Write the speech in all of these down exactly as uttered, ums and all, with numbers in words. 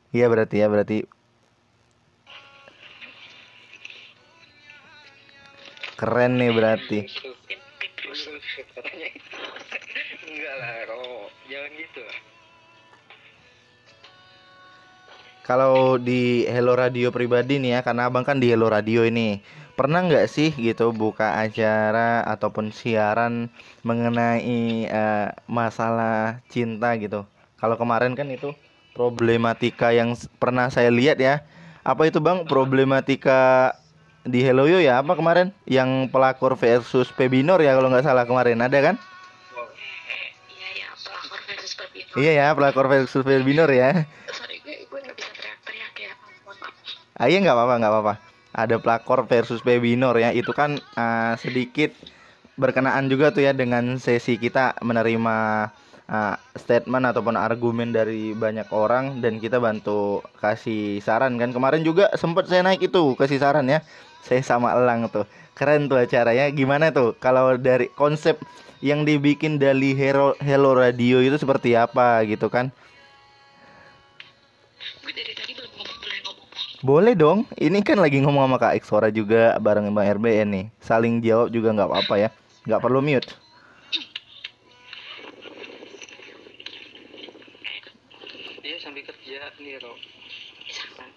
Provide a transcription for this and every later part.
Iya berarti ya, berarti keren nih berarti. Itu tim tim terus katanya. Enggak lah, Ro. Jangan gitu. Kalau di Hello Radio pribadi nih ya, karena abang kan di Hello Radio ini, pernah nggak sih gitu buka acara ataupun siaran mengenai eh, masalah cinta gitu? Kalau kemarin kan itu problematika yang s- pernah saya lihat ya. Apa itu bang? Problematika di Hello Yo ya? Apa kemarin? Yang pelakor versus Pebinor ya kalau nggak salah kemarin ada kan? Oh, iya ya, pelakor versus pebinor. Iya ya, pelakor versus Pebinor ya. Sorry, gue gue nggak bisa teriak-teriak ya. Mohon maaf. Ah, iya nggak apa-apa nggak apa-apa. Ada pelakor versus Pebinor ya. Itu kan ah, sedikit berkenaan juga tuh ya dengan sesi kita menerima ah, statement ataupun argumen dari banyak orang dan kita bantu kasih saran kan. Kemarin juga sempet saya naik itu kasih saran ya. Saya sama Elang tuh. Keren tuh acaranya. Gimana tuh kalau dari konsep yang dibikin dari Hero Hello Radio itu seperti apa gitu kan? Gue dari tadi belum ngomong boleh ngomong. Boleh dong, ini kan lagi ngomong sama Kak Eksora juga bareng Bang R B N nih. Saling jawab juga nggak apa-apa ya, nggak perlu mute. Dia sambil kerja nih, Ro. Misalkan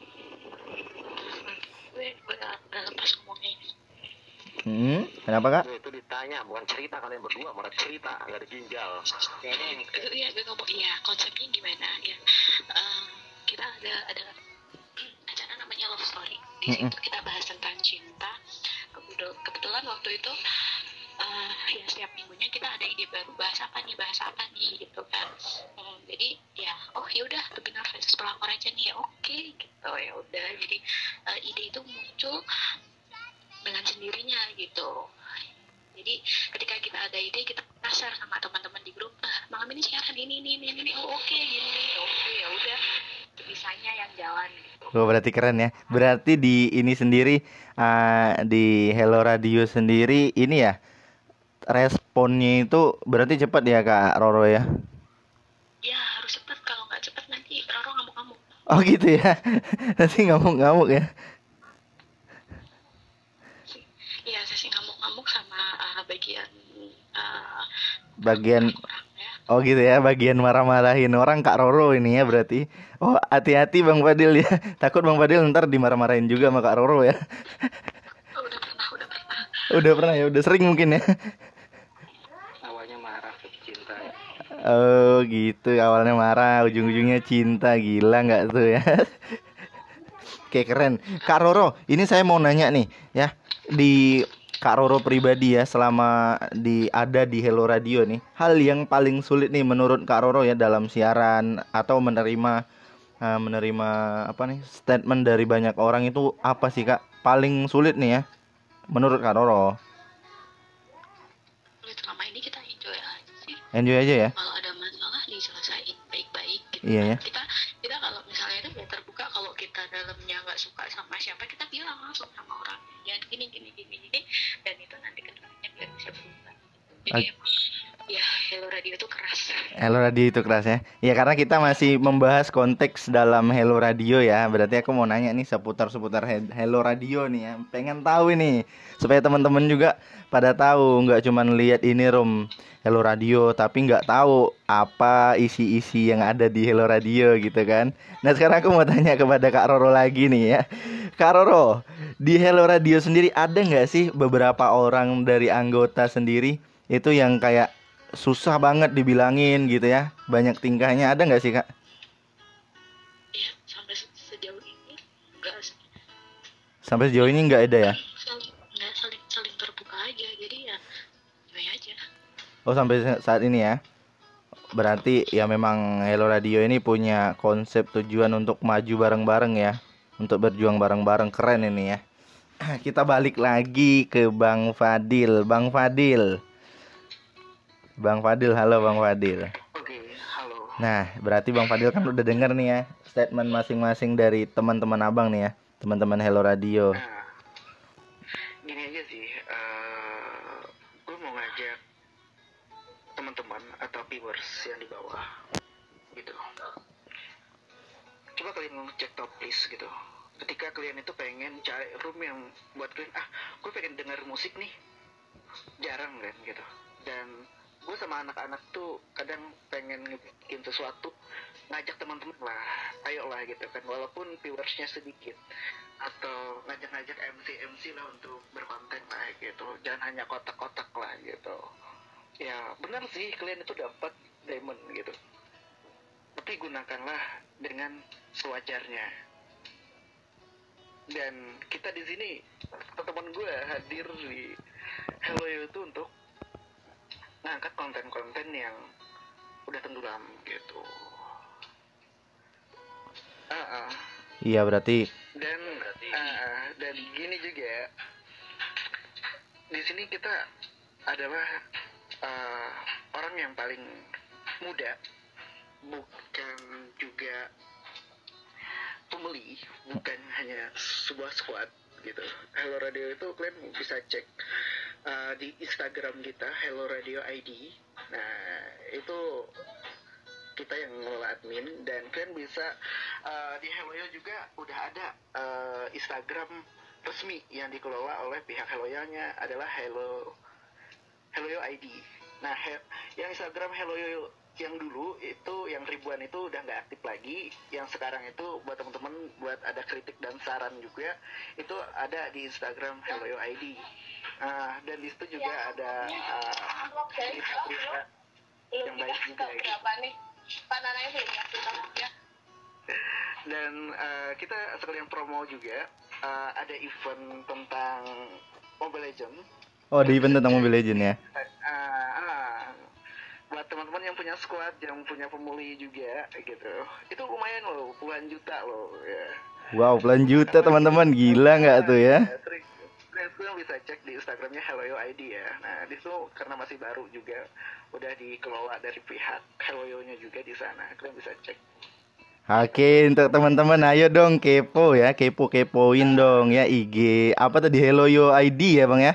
gue gue nggak nggak lepas ngomongnya ini. Hmm, kenapa Kak? Itu ditanya, bukan cerita kalian berdua, malah cerita, nggak ada ginjal. Itu ya gue ngomong iya konsepnya gimana ya. Eh, kita ada ada acara namanya Love Story. Di Mm-mm. situ kita bahas tentang cinta. Kebetul- Kebetulan waktu itu eh ya setiap minggunya kita ada ide baru bahas apa nih bahas apa nih gitu kan. Hmm, jadi ya oh ya udah webinar versus pelakor aja nih ya oke gitu ya udah jadi eh, ide itu muncul dengan sendirinya gitu. Jadi ketika kita ada ide kita kasar sama teman-teman di grup, ah, malam ini siaran ini ini ini ini oh oke gini oke ya udah bisanya yang jalan gitu. Oh, berarti keren ya. Berarti di ini sendiri ah, di Hello Radio sendiri ini ya responnya itu berarti cepat ya Kak Roro ya. Ya harus cepat kalau nggak cepat nanti Roro ngamuk-ngamuk. Oh gitu ya. Nanti ngamuk-ngamuk ya. Iya sesi ngamuk-ngamuk sama uh, bagian uh, Bagian kurang ya. oh gitu ya, bagian marah-marahin orang Kak Roro ini ya berarti. Oh, hati-hati Bang Fadil ya. Takut Bang Fadil ntar dimarah-marahin juga sama Kak Roro ya. Oh, udah pernah udah pernah. Udah pernah ya, udah sering mungkin ya. Awalnya marah ke cinta ya. Oh gitu, awalnya marah, ujung-ujungnya cinta, gila nggak tuh ya? Oke keren, Kak Roro. Ini saya mau nanya nih, ya di Kak Roro pribadi ya, selama di ada di Hello Radio nih, hal yang paling sulit nih menurut Kak Roro ya dalam siaran atau menerima eh, menerima apa nih statement dari banyak orang itu apa sih Kak? Paling sulit nih ya, menurut Kak Roro. Selama ini kita enjoy aja sih. Enjoy aja ya. Kalau ada masalah diselesain baik-baik gitu. Iya ya. Kita kita kalau misalnya itu ya terbuka kalau kita dalamnya nggak suka sama siapa kita bilang langsung sama orang jangan gini gini gini gini dan itu nanti kedepannya biar bisa berubah. Jadi Oke. emang ya Hello Radio itu keras. Hello Radio itu keras ya. Ya karena kita masih membahas konteks dalam Hello Radio ya. Berarti aku mau nanya nih seputar-seputar He- Hello Radio nih ya. Pengen tahu ini supaya teman-teman juga pada tahu, nggak cuman lihat ini room Hello Radio tapi nggak tahu apa isi-isi yang ada di Hello Radio gitu kan. Nah, sekarang aku mau tanya kepada Kak Roro lagi nih ya. Kak Roro, di Hello Radio sendiri ada nggak sih beberapa orang dari anggota sendiri itu yang kayak susah banget dibilangin gitu ya, banyak tingkahnya, ada nggak sih Kak? Ya sampai se- sejauh ini nggak s- Sampai sejauh ini nggak ada ya? saling nggak saling saling terbuka aja jadi ya enjoy aja. Oh sampai sa- saat ini ya. Berarti ya memang Hello Radio ini punya konsep tujuan untuk maju bareng-bareng ya, untuk berjuang bareng-bareng, keren ini ya. Kita balik lagi ke Bang Fadil. Bang Fadil. Bang Fadil, halo Bang Fadil. Oke, halo. Nah, berarti Bang Fadil kan udah denger nih ya statement masing-masing dari teman-teman Abang nih ya, teman-teman Hello Radio. Nah, gini aja sih, uh, gue mau ngajak teman-teman atau viewers yang di bawah gitu. Coba kalian ngecek top list gitu, ketika kalian itu pengen cari room yang buat kalian, ah gue pengen dengar musik nih, jarang kan gitu. Dan gue sama anak-anak tuh kadang pengen bikin sesuatu, ngajak teman-teman lah, ayo lah gitu kan, walaupun viewersnya sedikit, atau ngajak-ngajak M C M C lah untuk berkonten lah gitu, jangan hanya kotak-kotak lah gitu. Ya benar sih, kalian itu dapat diamond gitu, tapi gunakanlah dengan sewajarnya. Dan kita di sini, teman-teman gue hadir di Hello Yo itu untuk ngangkat konten-konten yang udah tenggelam gitu. Uh -uh. Iya berarti. Dan uh, uh, dan gini juga, di sini kita adalah uh, orang yang paling muda, bukan juga pembeli, bukan hanya sebuah squad gitu. Hello Radio itu kalian bisa cek uh, di Instagram kita, Hello Radio I D. Nah itu kita yang ngelola admin, dan kalian bisa uh, di Hello Yo juga udah ada uh, Instagram resmi yang dikelola oleh pihak Hello Yo-nya adalah Hello Hello Yo I D. Nah he- yang Instagram Hello Yo yang dulu itu, yang ribuan itu udah nggak aktif lagi. Yang sekarang itu buat teman-teman, buat ada kritik dan saran juga, itu ada di Instagram Hello Yo I D. Uh, dan di situ juga ada uh, cerita-cerita yang baik juga gitu. Dan uh, kita sekalian promo juga, uh, ada event tentang Mobile Legends. Oh, ada event tentang Mobile Legends ya? Uh, uh, buat teman-teman yang punya squad, yang punya pemuli juga gitu, itu lumayan loh, puluhan juta loh ya. Wow, puluhan juta teman-teman, gila nggak tuh ya? Kalian bisa cek di Instagramnya Hello Yo I D ya. Nah di situ karena masih baru juga, udah dikelola dari pihak Hello Yo-nya juga di sana, kalian bisa cek. Oke, untuk teman-teman ayo dong kepo ya, kepo-kepoin dong ya I G apa tadi, Hello Yo I D ya bang ya?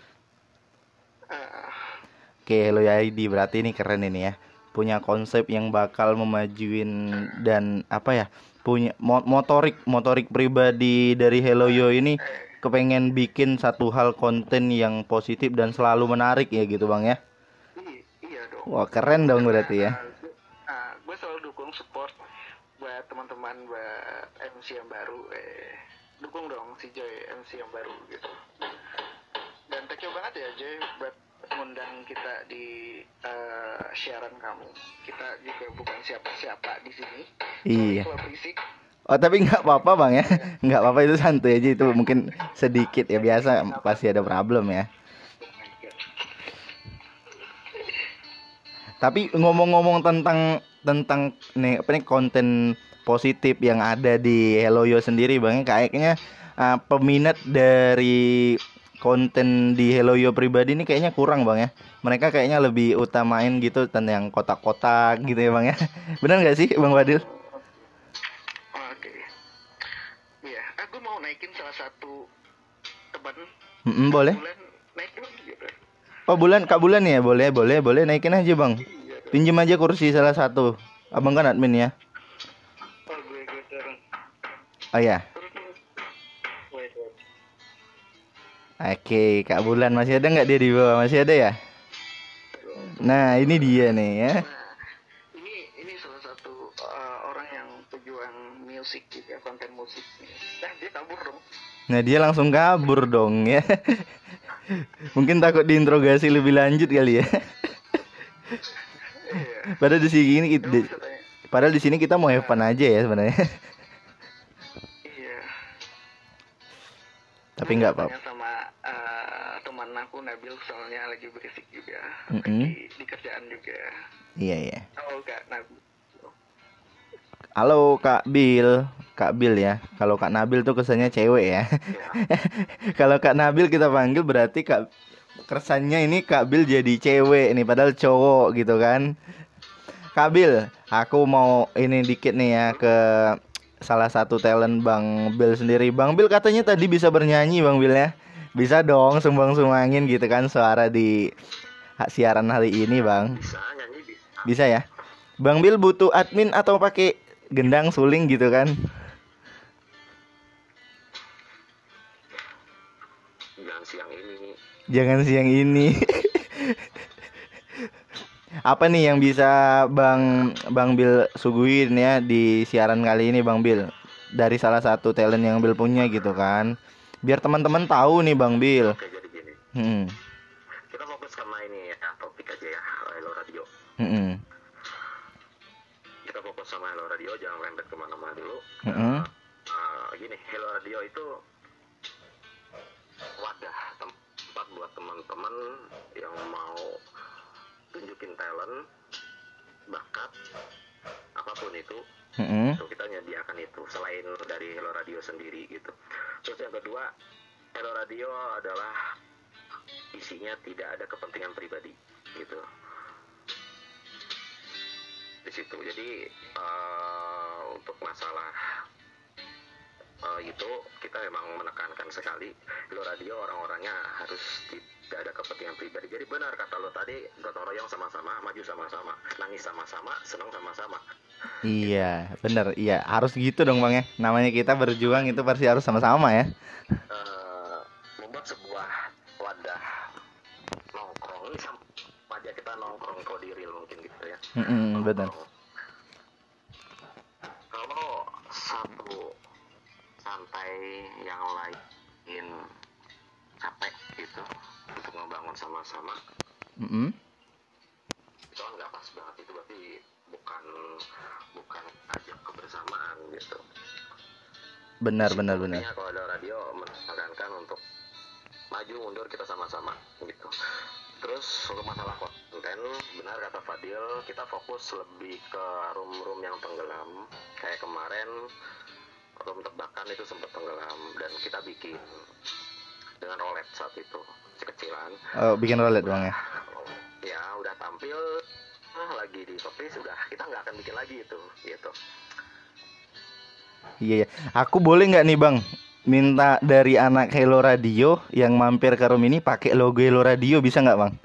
Uh, Oke, Hello Yo I D berarti ini keren ini ya, punya konsep yang bakal memajuin dan apa ya, punya mo- motorik motorik pribadi dari Hello Yo ini kepengen bikin satu hal konten yang positif dan selalu menarik ya gitu bang ya? i- iya dong. Wah keren dong berarti ya. Uh, uh, gue selalu dukung support buat teman-teman, buat M C yang baru, eh dukung dong si Joy M C yang baru gitu. Dan thank you banget ya Joy buat ngundang kita di uh, siaran kamu. Kita juga bukan siapa-siapa di sini. Iya. Kalau berisik. Oh tapi nggak apa-apa bang ya, nggak apa-apa, itu santuy aja, itu mungkin sedikit ya, biasa pasti ada problem ya. Tapi ngomong-ngomong tentang tentang nih apa nih konten positif yang ada di Hello Yo sendiri bang, kayaknya uh, peminat dari konten di Hello Yo pribadi ini kayaknya kurang bang ya. Mereka kayaknya lebih utamain gitu tentang yang kotak-kotak gitu ya bang ya. Benar nggak sih bang Fadil? Oke. Iya, aku mau naikin salah satu teman. Mm-mm, boleh. Bulan naikin gitu. Oh bulan, kak bulan ya, boleh boleh boleh naikin aja bang. Pinjem aja kursi salah satu. Abang kan admin ya. Oh gue gue turun. Oh ya. Wait wait. Oke, Kak Bulan masih ada nggak dia di bawah? Masih ada ya? Nah, ini dia nih ya. Nah, ini ini salah satu uh, orang yang pejuang musik juga, konten musik. Nah, dia kabur dong. Nah, dia langsung kabur dong ya. Mungkin takut diinterogasi lebih lanjut kali ya. Iya. Padahal di sini Kamu di, bisa tanya. padahal di sini kita mau have fun aja ya sebenarnya. Iya. Tapi nggak apa-apa. Tanya sama uh, teman aku Nabil, soalnya lagi berisik juga. Mm-mm. Di, di kerjaan juga. Iya iya. Oh Kak Nabil. Halo Kak Bil, Kak Bil ya. Kalau Kak Nabil tuh kesannya cewek ya. Kalau Kak Nabil kita panggil berarti Kak, kesannya ini Kak Bil jadi cewek nih, padahal cowok gitu kan. Kak Bil, aku mau ini dikit nih ya ke salah satu talent Bang Bil sendiri. Bang Bil katanya tadi bisa bernyanyi Bang Bil ya. Bisa dong sumbang-sumbangin gitu kan suara di siaran hari ini Bang. Bisa nyanyi bisa. Bisa ya. Bang Bil butuh admin atau pakai gendang, suling gitu kan. Jangan siang ini. Jangan siang ini. Apa nih yang bisa Bang Bang Bil suguhin ya di siaran kali ini Bang Bil? Dari salah satu talent yang Bil punya gitu kan. Biar teman-teman tahu nih Bang Bil. Oke, jadi gini. Hmm. Kita fokus sama ini ya, topik aja ya, Hello Radio. Hmm. Kita fokus sama Hello Radio, jangan lempet kemana-mana dulu. Hmm. Uh, gini, Hello Radio itu wadah tempat buat teman-teman yang mau tunjukin talent, bakat, apapun itu. Hmm. Itu kita nyediakan itu selain dari Hello Radio sendiri gitu. Terus yang kedua, Hello Radio adalah isinya tidak ada kepentingan pribadi gitu di situ. Jadi uh, untuk masalah uh, itu kita memang menekankan sekali Hello Radio orang-orangnya harus tidak ada kepentingan pribadi. Jadi benar kata lo tadi, gotong royong sama-sama, maju sama-sama, nangis sama-sama, senang sama-sama. Iya, bener. Iya, harus gitu dong Bang ya. Namanya kita berjuang itu pasti harus sama-sama ya. Uh, membuat sebuah wadah nongkrong ini sama aja kita nongkrong kok di real mungkin gitu ya. Mm-mm, benar. Kalau satu santai yang lain capek gitu untuk membangun sama-sama, Mm-mm. itu kan nggak pas banget. Itu berarti bukan bukan ajak kebersamaan gitu. Benar, benar, benar. Intinya kalau ada radio menekankan untuk maju mundur kita sama-sama gitu. Terus untuk masalah konten, benar kata Fadil, kita fokus lebih ke room-room yang tenggelam. Kayak kemarin room tebakan itu sempat tenggelam dan kita bikin dengan rolet saat itu kecilan. Oh, bikin rolet Bang ya. Ya udah tampil nah, lagi di Shopee sudah kita nggak akan bikin lagi itu gitu. Iya, iya. Aku boleh nggak nih Bang minta dari anak Hello Radio yang mampir ke room ini pakai logo Hello Radio, bisa nggak Bang?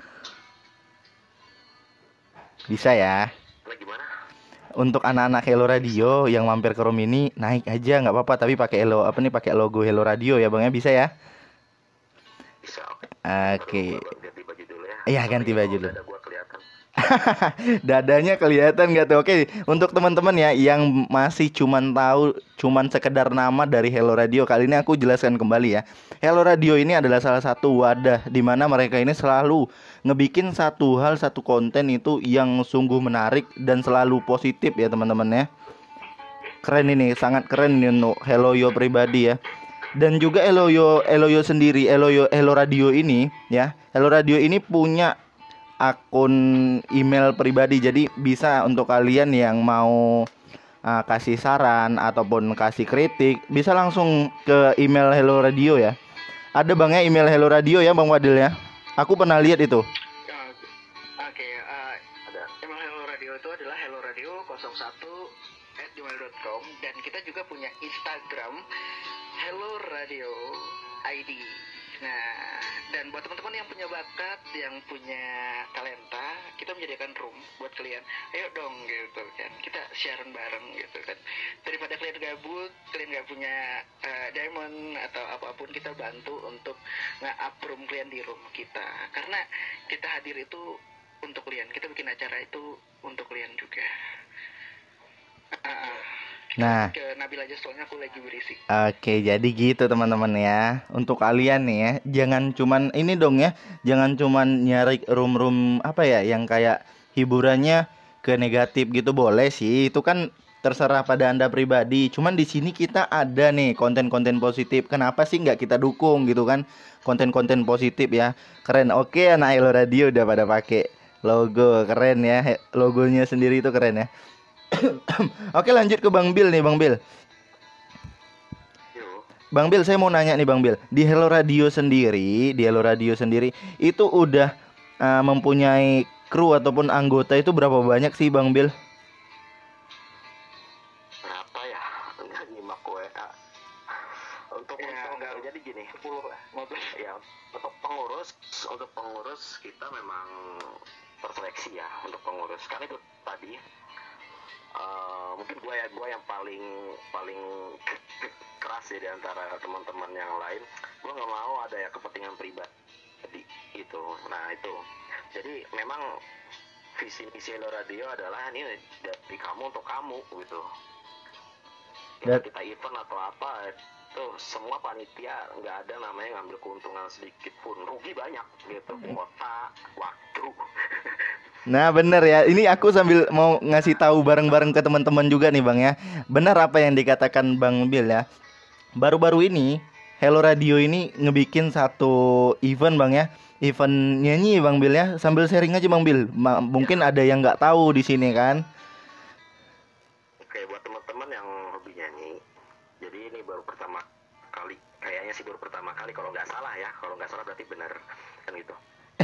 Bisa ya. Nah, gimana? Untuk anak-anak Hello Radio yang mampir ke room ini naik aja nggak apa-apa, tapi pakai Hello apa nih pakai logo Hello Radio ya Bang ya, bisa ya? Bisa, oke. Oke. Gua ganti baju dulu ya. Iya, ganti Tapi baju kalau dulu. dada gua kelihatan. Dadanya kelihatan nggak tuh? Oke, untuk teman-teman ya yang masih cuman tahu cuman sekedar nama dari Hello Radio, kali ini aku jelaskan kembali ya. Hello Radio ini adalah salah satu wadah di mana mereka ini selalu ngebikin satu hal, satu konten itu yang sungguh menarik dan selalu positif ya teman-teman ya. Keren ini, sangat keren ini untuk Hello Yo pribadi ya. Dan juga Hello Yo, Hello Yo sendiri, Hello Yo, Hello Radio ini ya. Hello Radio ini punya akun email pribadi, jadi bisa untuk kalian yang mau uh, kasih saran ataupun kasih kritik bisa langsung ke email Hello Radio ya. Ada Bang ya email Hello Radio ya Bang Wadil ya. Aku pernah lihat itu. Oke, uh, email Hello Radio itu adalah hello radio nol satu at gmail dot com dan kita juga punya Instagram Hello Radio I D. Nah, dan buat teman-teman yang punya bakat, yang punya talenta, kita menyediakan room buat kalian. Ayo dong gitu kan, kita siaran bareng gitu kan. Daripada kalian gabut, kalian nggak punya uh, diamond atau apapun, kita bantu untuk nge-up room kalian di room kita. Karena kita hadir itu untuk kalian, kita bikin acara itu untuk kalian juga. Uh, Nah, ke Nabil aja soalnya aku lagi berisik. oke, jadi gitu teman-teman ya. Untuk kalian nih ya, jangan cuman ini dong ya, jangan cuman nyari room-room apa ya yang kayak hiburannya ke negatif gitu, boleh sih. Itu kan terserah pada Anda pribadi. Cuman di sini kita ada nih konten-konten positif. Kenapa sih nggak kita dukung gitu kan? Konten-konten positif ya. Keren. Oke, anak Hello Radio udah pada pakai logo, keren ya. He- Logonya sendiri itu keren ya. Oke, lanjut ke Bang Bil nih Bang Bil. Yuk. Bang Bil, saya mau nanya nih Bang Bil, di Hello Radio sendiri, di Hello Radio sendiri itu udah uh, mempunyai kru ataupun anggota itu berapa banyak sih Bang Bil? Berapa ya? Enggak nyimak W A. Untuk Ya, untuk enggak. jadi gini, sepuluh lah, lima belas. ya untuk pengurus, untuk pengurus kita memang terseleksi ya untuk pengurus. Karena itu tadi eh, mungkin gue ya gue yang paling paling keras ya di antara teman-teman yang lain. Gue nggak mau ada ya kepentingan pribadi itu. Nah itu jadi memang visi misi Hello Radio adalah ini dari kamu untuk kamu gitu. Kita, kita event atau apa tuh semua panitia nggak ada namanya ngambil keuntungan sedikit pun, rugi banyak gitu, kuota, waktu. Nah bener ya, ini aku sambil mau ngasih tahu bareng-bareng ke teman-teman juga nih Bang ya. Benar apa yang dikatakan Bang Bill ya. Baru-baru ini Hello Radio ini ngebikin satu event Bang ya. Event nyanyi Bang Bill ya. Sambil sharing aja Bang Bill. Ma- mungkin ada yang nggak tahu di sini kan. Oke, buat teman-teman yang hobi nyanyi, jadi ini baru pertama kali, kayaknya sih baru pertama kali kalau nggak salah ya, kalau nggak salah berarti benar kan gitu.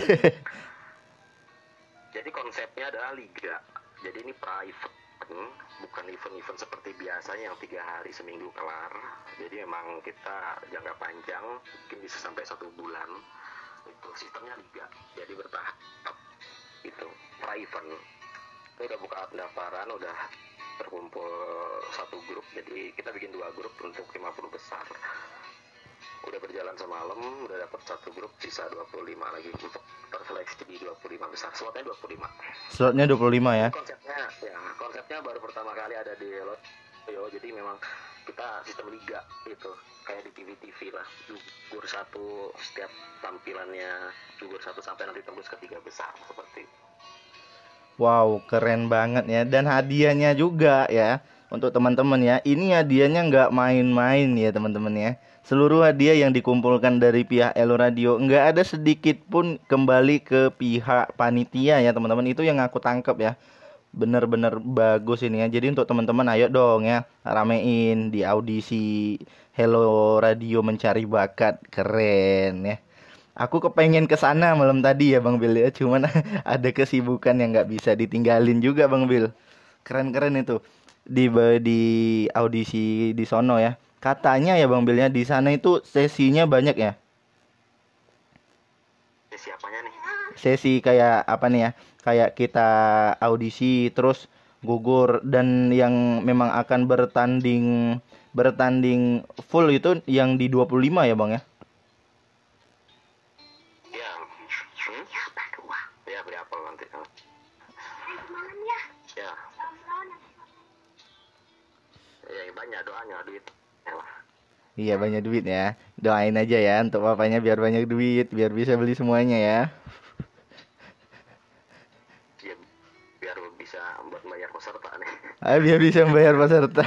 Jadi konsepnya adalah liga. Jadi ini private, bukan event-event seperti biasanya yang tiga hari seminggu kelar. Jadi memang kita jangka panjang, mungkin bisa sampai satu bulan. Itu sistemnya liga. Jadi bertahap. Itu private. Itu udah buka pendaftaran, udah terkumpul satu grup. Jadi kita bikin dua grup untuk lima puluh besar. Udah berjalan semalam, udah dapat satu grup, sisa dua puluh lima lagi untuk terseleksi di dua puluh lima besar. Slotnya dua puluh lima. Slotnya dua puluh lima ya. Konsepnya ya, konsepnya baru pertama kali ada di Hello. Jadi memang kita sistem liga itu kayak di T V T V lah. Gugur satu setiap tampilannya, gugur satu sampai nanti tembus ke tiga besar seperti itu. Wow, keren banget ya. Dan hadiahnya juga ya untuk teman-teman ya. Ini hadiahnya nggak main-main ya teman-teman ya. Seluruh hadiah yang dikumpulkan dari pihak Hello Radio nggak ada sedikit pun kembali ke pihak panitia ya teman-teman. Itu yang aku tangkap ya. Bener-bener bagus ini ya. Jadi untuk teman-teman ayo dong ya, ramein di audisi Hello Radio Mencari Bakat. Keren ya. Aku kepengen ke sana malam tadi ya Bang Bill ya. Cuman ada kesibukan yang nggak bisa ditinggalin juga Bang Bill. Keren-keren itu di di audisi di sono ya. Katanya ya Bang Bill ya, di sana itu sesinya banyak ya. Sesi apanya nih? Sesi kayak apa nih ya? Kayak kita audisi terus gugur, dan yang memang akan bertanding bertanding full itu yang di dua puluh lima ya Bang ya. Ya, hmm? Ya beli apel nanti. Ya. Ya banyak doanya duit. Ya lah. Iya banyak duit ya. Doain aja ya untuk bapaknya biar banyak duit, biar bisa beli semuanya ya. Ya biar bisa buat bayar peserta nih. Ah, biar bisa membayar peserta.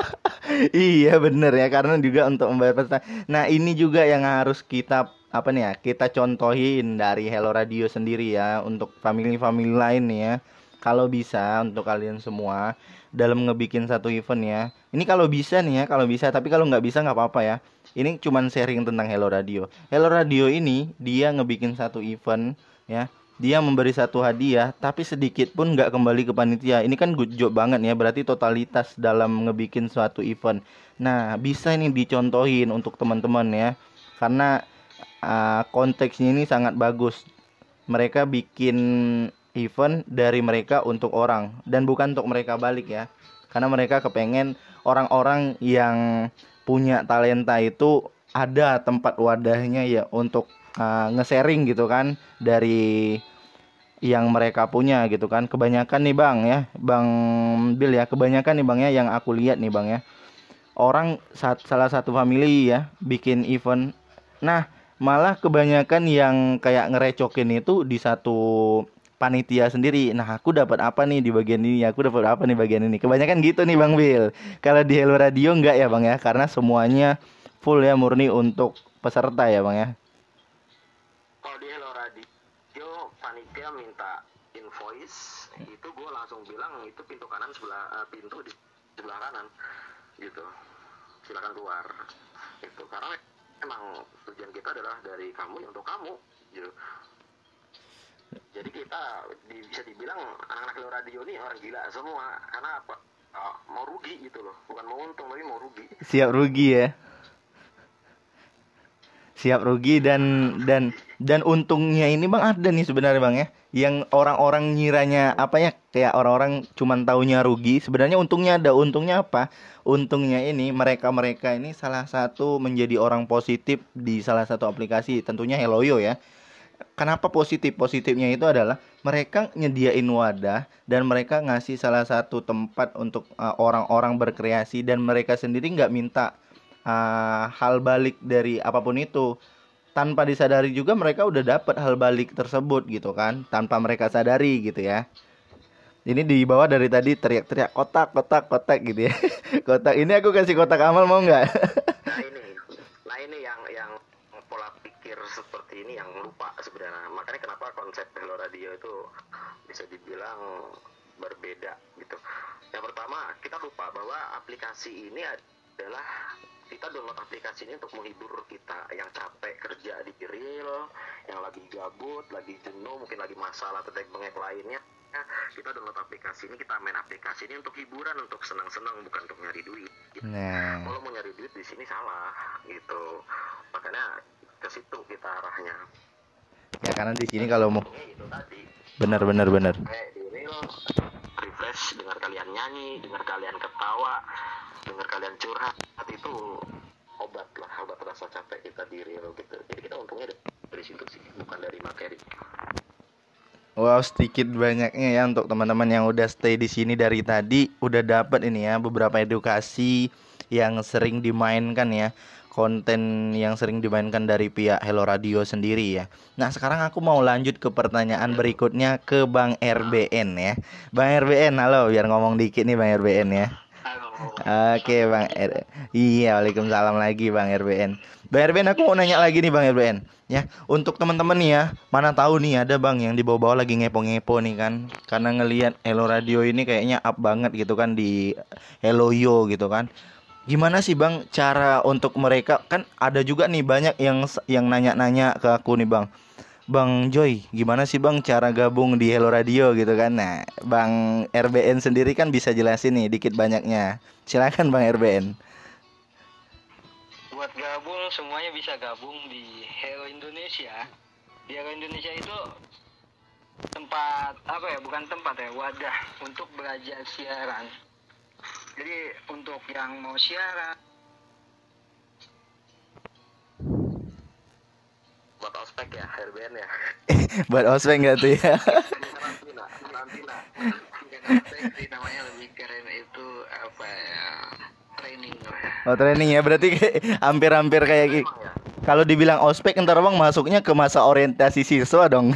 Iya bener ya, karena juga untuk membayar peserta. Nah ini juga yang harus kita apa nih ya, kita contohin dari Hello Radio sendiri ya, untuk family-family lain nih ya. Kalau bisa untuk kalian semua dalam ngebikin satu event ya. Ini kalau bisa nih ya, kalau bisa. Tapi kalau nggak bisa nggak apa-apa ya. Ini cuman sharing tentang Hello Radio. Hello Radio ini dia ngebikin satu event ya. Dia memberi satu hadiah, tapi sedikit pun nggak kembali ke panitia. Ini kan good job banget ya, berarti totalitas dalam ngebikin suatu event. Nah, bisa ini dicontohin untuk teman-teman ya. Karena uh, konteksnya ini sangat bagus. Mereka bikin event dari mereka untuk orang, dan bukan untuk mereka balik ya. Karena mereka kepengen orang-orang yang punya talenta itu ada tempat wadahnya ya untuk uh, nge-sharing gitu kan dari yang mereka punya gitu kan. Kebanyakan nih Bang ya, Bang Bill ya, kebanyakan nih Bang ya yang aku lihat nih Bang ya, orang saat salah satu family ya bikin event, nah malah kebanyakan yang kayak ngerecokin itu di satu panitia sendiri. Nah aku dapat apa nih di bagian ini, aku dapat apa nih bagian ini. Kebanyakan gitu nih Bang Bill. Kalau di Hello Radio enggak ya Bang ya, karena semuanya full ya, murni untuk peserta ya Bang ya. Kalau di Hello Radio panitia minta invoice, itu gue langsung bilang itu pintu kanan sebelah uh, pintu di sebelah kanan gitu, silakan keluar itu, karena emang tujuan kita adalah dari kamu ya untuk kamu gitu. Jadi kita di, bisa dibilang anak-anak Hello Radio ini orang gila semua. Karena apa? Oh, mau rugi gitu loh. Bukan mau untung, tapi mau rugi. Siap rugi ya. Siap rugi dan dan dan untungnya ini Bang ada nih sebenarnya Bang ya. yang orang-orang ngiranya apa ya, kayak orang-orang cuman taunya rugi, sebenarnya untungnya ada. Untungnya apa? Untungnya ini mereka-mereka ini salah satu menjadi orang positif di salah satu aplikasi, tentunya Helloyo ya. Kenapa positif? Positifnya itu adalah mereka nyediain wadah dan mereka ngasih salah satu tempat untuk uh, orang-orang berkreasi, dan mereka sendiri nggak minta uh, hal balik dari apapun itu. Tanpa disadari juga mereka udah dapat hal balik tersebut gitu kan, tanpa mereka sadari gitu ya. Ini di bawah dari tadi teriak-teriak kotak kotak kotak gitu ya. Kotak ini aku kasih kotak amal, mau nggak? Nah ini, nah ini yang yang pola pikir seperti ini yang lupa sebenarnya. Makanya kenapa konsep Hello Radio itu bisa dibilang berbeda gitu. Yang pertama, kita lupa bahwa aplikasi ini adalah, kita download aplikasi ini untuk menghibur kita yang capek kerja di real, yang lagi gabut, lagi jenuh, mungkin lagi masalah atau bengek lainnya. Kita download aplikasi ini, kita main aplikasi ini untuk hiburan, untuk senang-senang, bukan untuk nyari duit. Nah, Kalau mau nyari duit di sini salah gitu. Makanya ke situ kita arahnya. ya karena di sini kalau mau Untungnya itu tadi. benar benar benar. Kayak di real, refresh, dengar kalian nyanyi, dengar kalian ketawa, dengar kalian curhat, itu obat lah, obat rasa capek kita di real gitu. Jadi kita untungnya dari, dari situ sih, bukan dari materi. Wow, sedikit banyaknya ya untuk teman-teman yang udah stay di sini dari tadi, udah dapat ini ya beberapa edukasi yang sering dimainkan ya, konten yang sering dimainkan dari pihak Hello Radio sendiri ya. Nah, sekarang aku mau lanjut ke pertanyaan berikutnya ke Bang R B N ya. Bang R B N, halo, biar ngomong dikit nih Bang R B N ya. Oke Bang R. Iya, waalaikumsalam lagi Bang R B N. Bang R B N, aku mau nanya lagi nih Bang R B N. Ya, untuk teman-teman nih ya, mana tahu nih ada Bang yang di bawah-bawah lagi ngepo-ngepo nih kan. Karena ngelihat Hello Radio ini kayaknya up banget gitu kan di Helloyo gitu kan. Gimana sih Bang cara untuk mereka, kan ada juga nih banyak yang yang nanya-nanya ke aku nih Bang. Bang Joy, gimana sih Bang cara gabung di Hello Radio gitu kan. Nah, Bang R B N sendiri kan bisa jelasin nih dikit banyaknya. Silakan Bang R B N. Buat gabung, semuanya bisa gabung di Hello Indonesia. Di Hello Indonesia itu tempat apa ya, bukan tempat ya, wadah untuk belajar siaran. Jadi untuk yang mau siaran, Buat ospek ya, R B N ya. Buat ospek nggak tuh ya? Karantina, karantina. bukan ospek sih, namanya lebih keren itu apa ya, training lah. Oh, training ya, berarti kayak hampir-hampir kayak gitu. Emang ya. Kalau dibilang ospek ntar Bang masuknya ke masa orientasi siswa dong.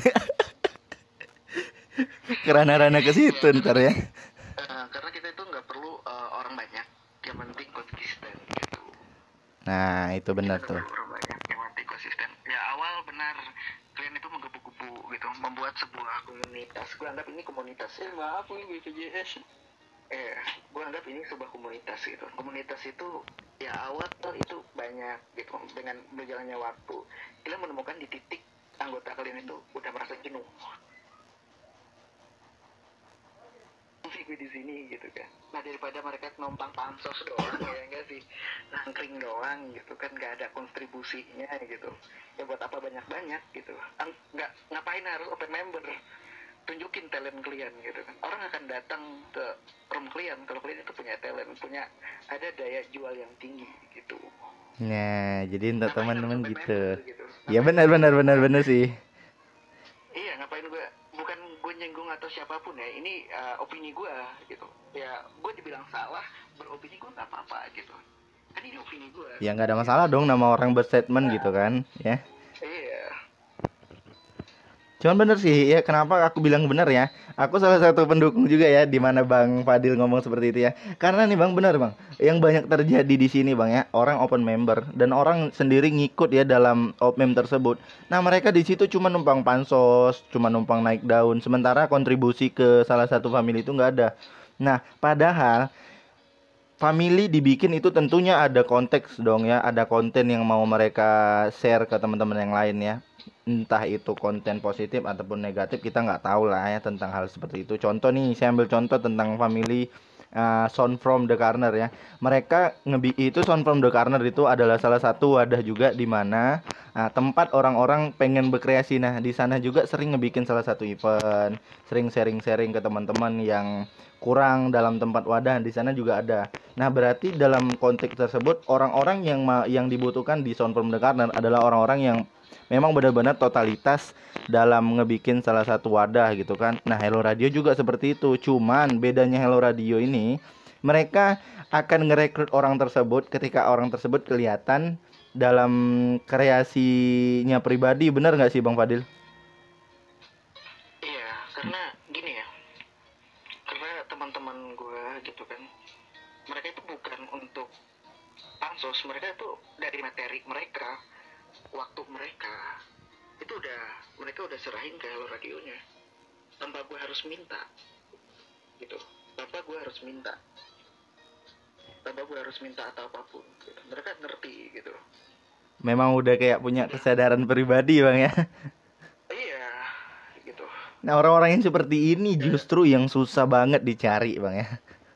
Kerana-rana ke situ ntar ya. Eh, karena kita itu nggak perlu eh, orang banyak, yang penting konsisten gitu. Nah, itu benar Kita tuh. nggak perlu orang banyak, yang penting konsisten. Ya awal benar kalian itu menggebu-gebu gitu, membuat sebuah komunitas. Gue anggap ini komunitas. Eh maaf ini B P J S. Eh, gue anggap ini sebuah komunitas gitu. Komunitas itu ya awal itu banyak gitu. Dengan berjalannya waktu, kalian menemukan di titik anggota kalian itu udah merasa jenuh. Sih gue di sini gitu kan. Nah daripada mereka numpang pansos doang ya enggak sih, nangkring doang gitu kan, nggak ada kontribusinya gitu. Ya buat apa banyak-banyak gitu. Ang- nggak ngapain harus open member, tunjukin talent kalian gitu kan. Orang akan datang ke room kalian kalau kalian itu punya talent, punya ada daya jual yang tinggi gitu. Nah, jadi untuk Ngapain teman-teman harus open gitu. member gitu. Ya benar benar benar benar sih. Iya, ngapain gue, bukan gue nyenggung atau siapapun ya, ini uh, opini gue gitu. Ya gue dibilang salah, beropini gue nggak apa-apa gitu. Kan ini opini gue. Ya nggak ada masalah dong nama orang berstatement gitu kan, ya. Iya. Cuman bener sih ya, kenapa aku bilang bener ya. Aku salah satu pendukung juga ya di mana Bang Fadil ngomong seperti itu ya. Karena nih Bang, bener Bang, yang banyak terjadi di sini Bang ya, orang open member dan orang sendiri ngikut ya dalam open member tersebut. Nah, mereka di situ cuma numpang pansos, cuma numpang naik daun, sementara kontribusi ke salah satu family itu nggak ada. Nah, padahal family dibikin itu tentunya ada konteks dong ya, ada konten yang mau mereka share ke teman-teman yang lain ya. Entah itu konten positif ataupun negatif, kita nggak tahu lah ya tentang hal seperti itu. Contoh nih, saya ambil contoh tentang family uh, Sound from the Corner ya. Mereka ngebi itu Sound from the Corner itu adalah salah satu wadah juga di mana uh, tempat orang-orang pengen berkreasi. Nah, di sana juga sering ngebikin salah satu event, sering sharing-sharing ke teman-teman yang kurang dalam tempat wadah di sana juga ada. Nah, berarti dalam konteks tersebut orang-orang yang ma- yang dibutuhkan di Sound from the Corner adalah orang-orang yang memang benar-benar totalitas dalam ngebikin salah satu wadah gitu kan. Nah, Hello Radio juga seperti itu. Cuman bedanya Hello Radio ini, mereka akan ngerekrut orang tersebut ketika orang tersebut kelihatan dalam kreasinya pribadi. Bener nggak sih Bang Fadil? Iya, karena gini ya, karena teman-teman gue gitu kan, mereka itu bukan untuk pansos, mereka itu dari materi mereka, waktu mereka itu udah mereka udah serahin ke Hello Radionya tanpa gue harus minta gitu, tanpa gue harus minta tanpa gue harus minta atau apapun gitu. Mereka ngerti gitu. Memang udah kayak punya kesadaran pribadi Bang ya. Iya gitu. Nah, orang-orang yang seperti ini justru yang susah banget dicari Bang ya.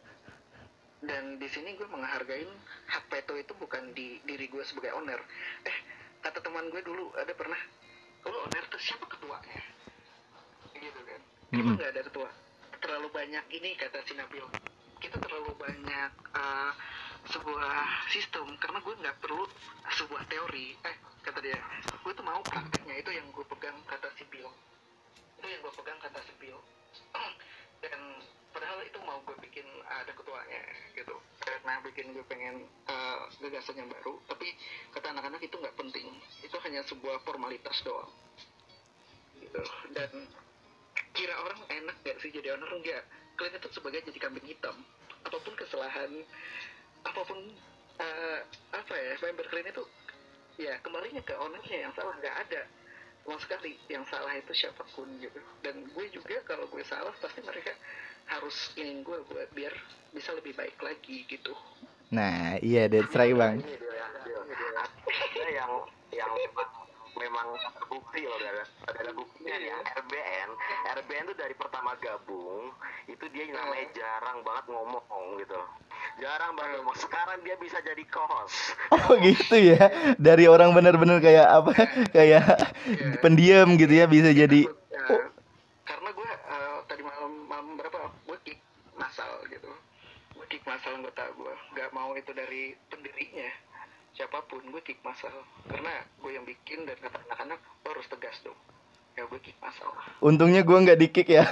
Dan di sini gue menghargain hak veto itu bukan di diri gue sebagai owner. Eh, kata teman gue dulu ada pernah, lo owner tuh siapa ketuanya? Gitu kan. Emang nggak ada ketua. Terlalu banyak ini kata si Nabil. Kita terlalu banyak uh, sebuah sistem karena gue nggak perlu sebuah teori. Eh, kata dia, gue tuh mau prakteknya, itu yang gue pegang kata si Bill. Itu yang gue pegang kata si Bill. Dan padahal itu mau gue bikin ada ketuanya gitu, karena bikin gue pengen uh, gagasan yang baru, tapi kata anak-anak itu nggak penting, itu hanya sebuah formalitas doang gitu. Dan kira orang enak gak sih jadi owner? Enggak, kalian itu sebagai jadi kambing hitam. Apapun kesalahan, apapun uh, apa ya, member kalian itu ya kembalinya ke ownernya yang salah. Nggak ada sama sekali yang salah itu siapapun gitu. Dan gue juga kalau gue salah pasti mereka harus ingin gue buat biar bisa lebih baik lagi gitu. Nah, iya that's right Bang. Ini dia ya, dia yang yang memang memang terbukti loh, ada ada buktinya nih. R B N R B N tuh dari pertama gabung itu dia namanya jarang banget ngomong gitu, jarang banget ngomong. Sekarang dia bisa jadi co-host. Oh gitu ya. Dari orang benar-benar kayak apa? Kayak Yeah. pendiam gitu ya bisa jadi. Uh, karena gue uh, tadi malam malam berapa gue kick masal gitu, gue kick masal anggota gue, nggak mau itu dari pendirinya siapapun, gue kick masal karena gue yang bikin. Dan kata anak-anak lo harus tegas dong, ya gue kick masal. Untungnya gue nggak di-kick ya.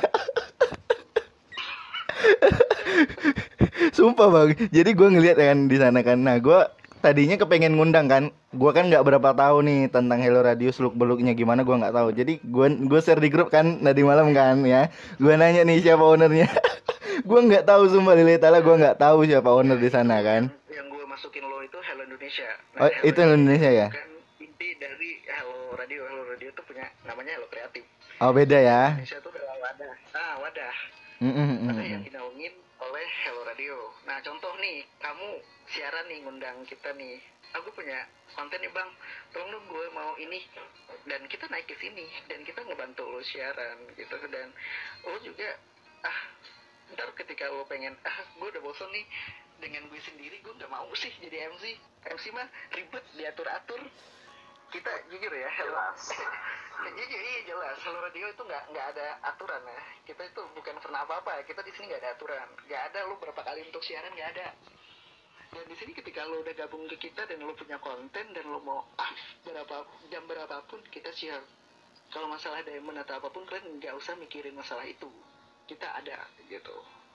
Sumpah Bang. Jadi gue ngeliat kan di sana kan. Nah, gue tadinya kepengen ngundang kan. Gue kan nggak berapa tahu nih tentang Hello Radio seluk beluknya gimana, gue nggak tahu. Jadi gue gue share di grup kan tadi malam kan ya. Gue nanya nih siapa ownernya. Gue nggak tahu, sumpah lillahi taala gue nggak tahu siapa owner di sana kan. Yang, yang gue masukin lo itu Hello Indonesia. Oh, itu Hello Indonesia ya? Kan inti dari Hello Radio. Hello Radio tuh punya namanya Hello Kreatif. Oh beda ya. Indonesia tuh adalah wadah. Ah wadah. Mm, mm, mm, Wadah yang mm. dinaungin oleh Hello Radio. Nah contoh nih, kamu siaran nih ngundang kita nih. Aku punya konten nih bang, tolong dong gue mau ini. Dan kita naik ke sini dan kita ngebantu lo siaran gitu. Dan lo juga ah ntar ketika lo pengen ah gue udah bosan nih dengan gue sendiri, gue nggak mau sih jadi M C. M C mah ribet, diatur-atur. Kita jujur ya, jelas. Jujur iya jelas. Hello Radio itu nggak nggak ada aturan ya. Kita itu bukan pernah apa-apa. Kita di sini nggak ada aturan. Nggak ada lo berapa kali untuk siaran, nggak ada. Dan di sini ketika lo udah gabung ke kita dan lo punya konten dan lo mau ah berapa jam berapapun kita siar. Kalau masalah diamond atau apapun kalian nggak usah mikirin masalah itu. Kita ada gitu.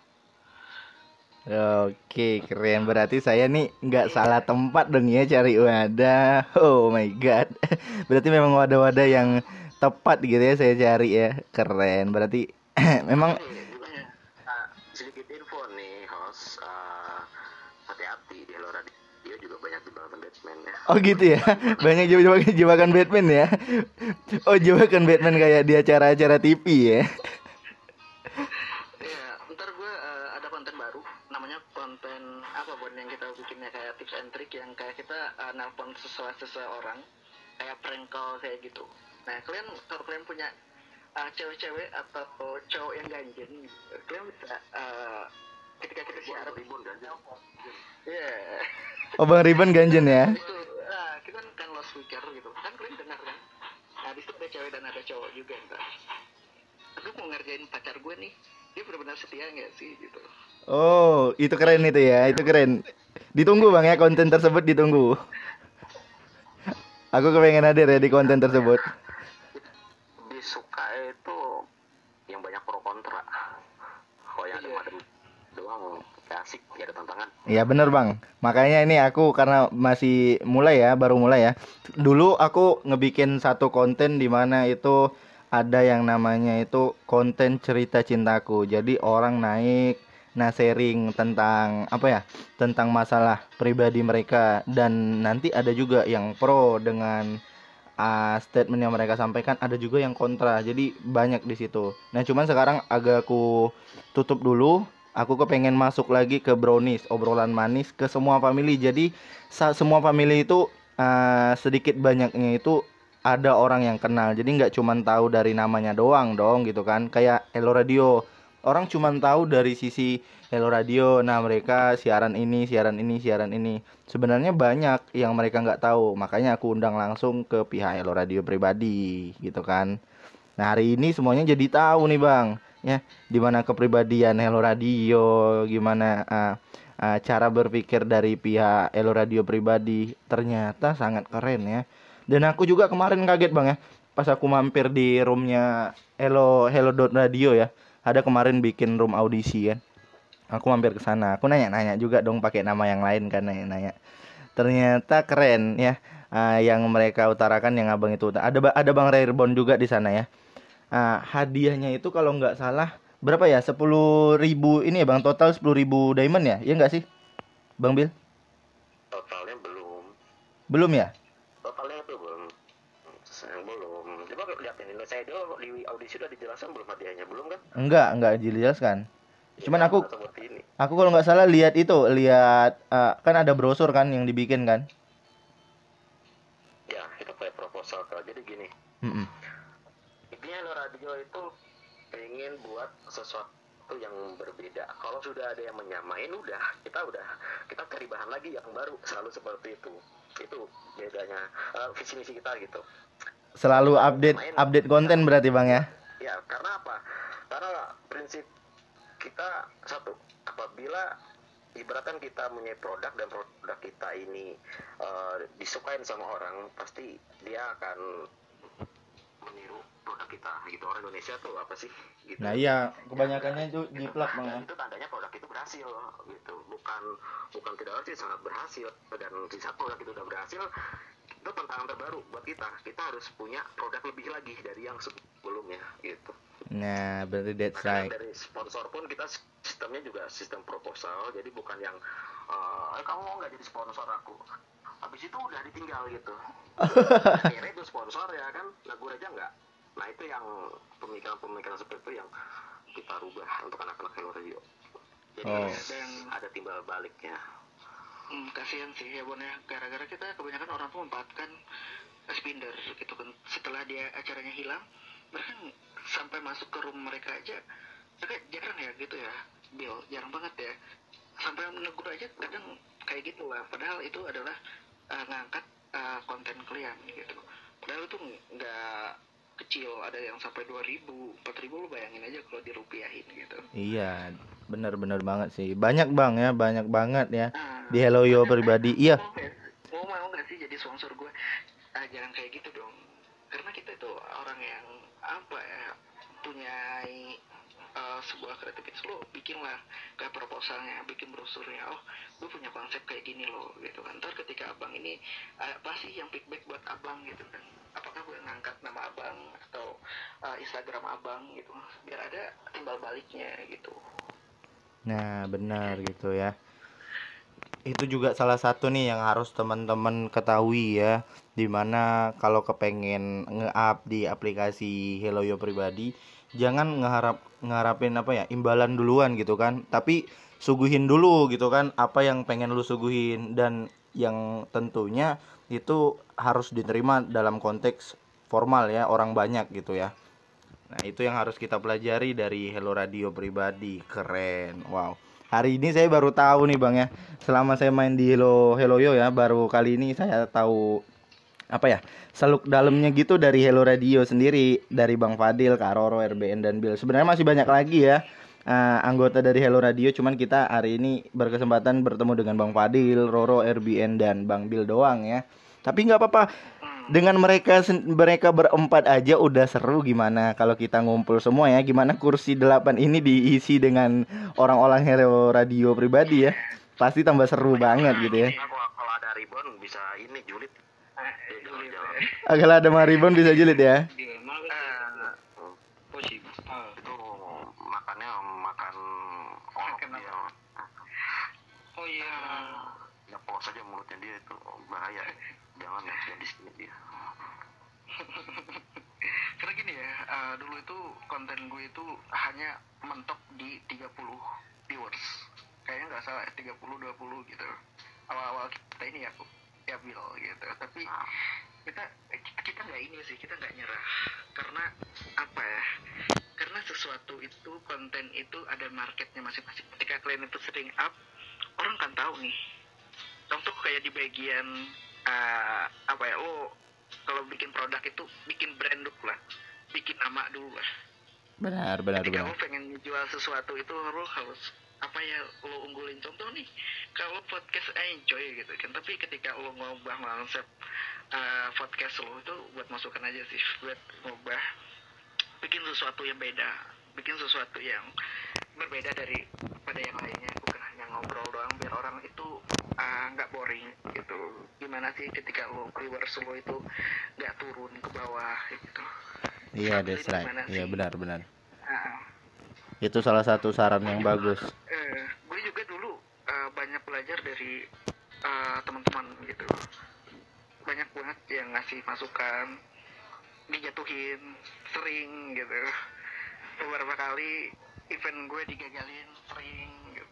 Oke, keren. Berarti saya nih nggak salah tempat dong ya cari wadah. Oh my god. Berarti memang wadah-wadah yang tepat gitu ya saya cari ya. Keren. Berarti memang Uh, sedikit info nih host, uh, hati-hati di Hello Radio juga banyak jebakan Batman ya. oh gitu ya. Banyak jebakan jebakan Batman ya. Oh, jebakan Batman kayak di acara-acara T V ya. Ya, ntar gue uh, ada konten baru, namanya konten apa buat yang kita bikinnya kayak tips and trick yang kayak kita uh, nelpon sesuatu seseorang, kayak prank call kayak gitu. Nah kalian kalau kalian punya uh, cewek-cewek atau cowok yang ganjen, kalian bisa uh, ketika kita Ribon, siaran. ribon ganjil. Iya. Oh, Bang Riban ganjen ya. Itu, nah, kita kan kan loudspeaker gitu. Kan kalian dengar kan? Nah, di situ ada cewek dan ada cowok juga ntar. Aku mau ngerjain pacar gue nih. Dia benar-benar setia nggak sih gitu. Oh, itu keren itu ya, itu keren. Ditunggu Bang ya, konten tersebut ditunggu. Aku kepengen hadir ya di konten tersebut. Lebih suka itu yang banyak pro kontra. Kalau yang ada Iya. madem doang kayak asik, gak ada tantangan. Iya bener Bang. Makanya ini aku karena masih mulai ya, baru mulai ya. Dulu aku ngebikin satu konten di mana itu ada yang namanya itu konten cerita cintaku. Jadi orang naik, nah sharing tentang apa ya? Tentang masalah pribadi mereka, dan nanti ada juga yang pro dengan uh, statement yang mereka sampaikan, ada juga yang kontra. Jadi banyak di situ. Nah, cuman sekarang agak aku tutup dulu. Aku kepengen masuk lagi ke brownies, obrolan manis ke semua family. Jadi sa- semua family itu uh, sedikit banyaknya itu ada orang yang kenal. Jadi nggak cuman tahu dari namanya doang dong gitu kan. Kayak Hello Radio. Orang cuman tahu dari sisi Hello Radio. Nah, mereka siaran ini, siaran ini, siaran ini. Sebenarnya banyak yang mereka nggak tahu. Makanya aku undang langsung ke pihak Hello Radio pribadi gitu kan. Nah, hari ini semuanya jadi tahu nih Bang, ya, dimana kepribadian Hello Radio, gimana uh, uh, cara berpikir dari pihak Hello Radio pribadi, ternyata sangat keren ya. Dan aku juga kemarin kaget Bang ya, pas aku mampir di roomnya Hello Hello dot Radio ya, ada kemarin bikin room audisi kan. Aku mampir ke sana, aku nanya-nanya juga dong pakai nama yang lain kan, nanya-nanya. Ternyata keren ya. Uh, yang mereka utarakan yang abang itu ada ba- ada Bang Rairbon juga di sana ya. Ah, hadiahnya itu kalau nggak salah berapa ya? Sepuluh ribu ini ya Bang, total sepuluh ribu diamond ya? Iya nggak sih Bang Bil? Totalnya belum. Belum ya? Totalnya itu belum. Sayang belum. Coba lihat ini, saya dulu di audisi udah dijelaskan belum hadiahnya, belum kan? Enggak, enggak dijelaskan. Cuman Ya, aku seperti ini. aku kalau nggak salah lihat itu, lihat uh, kan ada brosur kan yang dibikin kan? Ya, itu kayak proposal kalau jadi gini. Mm-mm. Intinya Hello Radio itu pengen buat sesuatu yang berbeda. Kalau sudah ada yang menyamain, udah kita udah kita cari bahan lagi yang baru, selalu seperti itu. Itu bedanya uh, visi misi kita gitu. Selalu update Main, update konten berarti Bang ya? Ya, karena apa? Karena prinsip kita satu, apabila ibaratkan kita punya produk dan produk kita ini uh, disukain sama orang, pasti dia akan meniru produk kita gitu. Orang Indonesia tuh apa sih gitu. Nah iya, kebanyakannya itu Gitu. jiplak Bang ya. Dan itu tandanya produk itu berhasil gitu. Bukan bukan tidak harus sih, sangat berhasil. Dan di saat produk itu udah berhasil, itu tantangan terbaru buat kita. Kita harus punya produk lebih lagi dari yang sebelumnya gitu. Nah, berarti that's Makanya right. dari sponsor pun kita sistemnya juga sistem proposal, jadi bukan yang eh kamu mau nggak jadi sponsor aku, habis itu udah ditinggal gitu. Akhirnya itu sponsor ya kan, lagu aja nggak. Nah itu yang pemikiran-pemikiran seperti itu yang kita rubah untuk anak-anak Hello Radio. Jadi Oh. dan ada timbal baliknya. Hmm, kasihan sih ya Bon ya, gara-gara kita kebanyakan orang tuh memanfaatkan spinder gitu kan. Setelah dia acaranya hilang, bahkan sampai masuk ke room mereka aja, mereka jarang ya gitu ya, Bill, jarang banget ya. Sampai menegur aja kadang kayak gitu lah. Padahal itu adalah uh, ngangkat uh, konten kalian gitu. Padahal itu nggak kecil, ada yang sampai dua ribu, empat ribu, lu bayangin aja kalau dirupiahin gitu. Iya, benar-benar banget sih. Banyak Bang ya, banyak banget ya. Nah, Di Hello Yo makanya, pribadi. eh, Iya. mau nggak- mau mau nggak sih jadi sponsor gue? Ah, jangan kayak gitu dong, karena kita itu orang yang apa ya, punya uh, sebuah kreativitas. Lo bikinlah kayak proposalnya, bikin brosurnya. Oh, gue punya konsep kayak gini loh gitu kan. Ntar ketika abang ini uh, apa sih yang feedback buat abang gitu kan, apakah gue ngangkat nama abang atau uh, Instagram abang gitu, biar ada timbal baliknya gitu. Nah, benar gitu ya. Itu juga salah satu nih yang harus teman-teman ketahui ya. Dimana kalau kepengen nge-up di aplikasi Hello Yo pribadi, jangan ngeharap ngeharapin apa ya, imbalan duluan gitu kan. Tapi suguhin dulu gitu kan apa yang pengen lu suguhin, dan yang tentunya itu harus diterima dalam konteks formal ya, orang banyak gitu ya. Nah, itu yang harus kita pelajari dari Hello Radio pribadi. Keren. Wow. Hari ini saya baru tahu nih Bang ya. Selama saya main di Hello Hello Yo ya, baru kali ini saya tahu apa ya, seluk dalamnya gitu dari Hello Radio sendiri, dari Bang Fadil, Kak Roro, R B N dan Bill. Sebenarnya masih banyak lagi ya eh, anggota dari Hello Radio, cuman kita hari ini berkesempatan bertemu dengan Bang Fadil, Roro, R B N dan Bang Bill doang ya. Tapi nggak apa-apa. Dengan mereka sen- mereka berempat aja udah seru, gimana kalau kita ngumpul semua ya? Gimana kursi delapan ini diisi dengan orang-orang Hello Radio pribadi ya? Pasti tambah seru banget gitu ya. Nah, kalau kalau ada ribon bisa ini julid. Ah, Eh, dulu itu jalan-jalan. ya. Agak ada maribon bisa jilid ya. Di mana Eh, posisi? Ah, itu makannya makan onok Makan apa? dia. oh iya. Ya pos aja mulutnya dia itu bahaya. Jangan ya di sini dia. Karena gini ya, eh, dulu itu konten gue itu hanya mentok di tiga puluh viewers. Kayaknya nggak salah, tiga puluh dua puluh gitu. Awal-awal kita ini ya, ya Bill gitu. Tapi kita kita nggak ini sih, kita nggak nyerah. Karena apa ya? Karena sesuatu itu, konten itu ada marketnya masing-masing. Ketika kalian itu sering up, orang kan tahu nih. Contoh kayak di bagian eh, apa ya, lo kalau bikin produk itu bikin brand dulu lah, bikin nama dulu lah. Benar, benar, Ketika benar. lo pengen jual sesuatu itu lo harus apa ya, lo unggulin. Contoh nih, kalau podcast enjoy gitu kan, tapi ketika lo ngubah konsep uh, podcast lo itu buat masukan aja sih, buat ngubah, bikin sesuatu yang beda, bikin sesuatu yang berbeda dari pada yang lainnya, bukan hanya ngobrol doang biar orang itu uh, nggak boring gitu. Gimana sih ketika lo viewers lo itu nggak turun ke bawah gitu. Iya, Struggle that's itu right. gimana Iya, sih? benar, benar. Ah, Itu salah satu saran yang bagus. eh, gue juga dulu eh, banyak belajar dari eh, teman-teman gitu. Banyak banget yang ngasih masukan, dijatuhin sering gitu. Beberapa kali event gue digagalin sering gitu.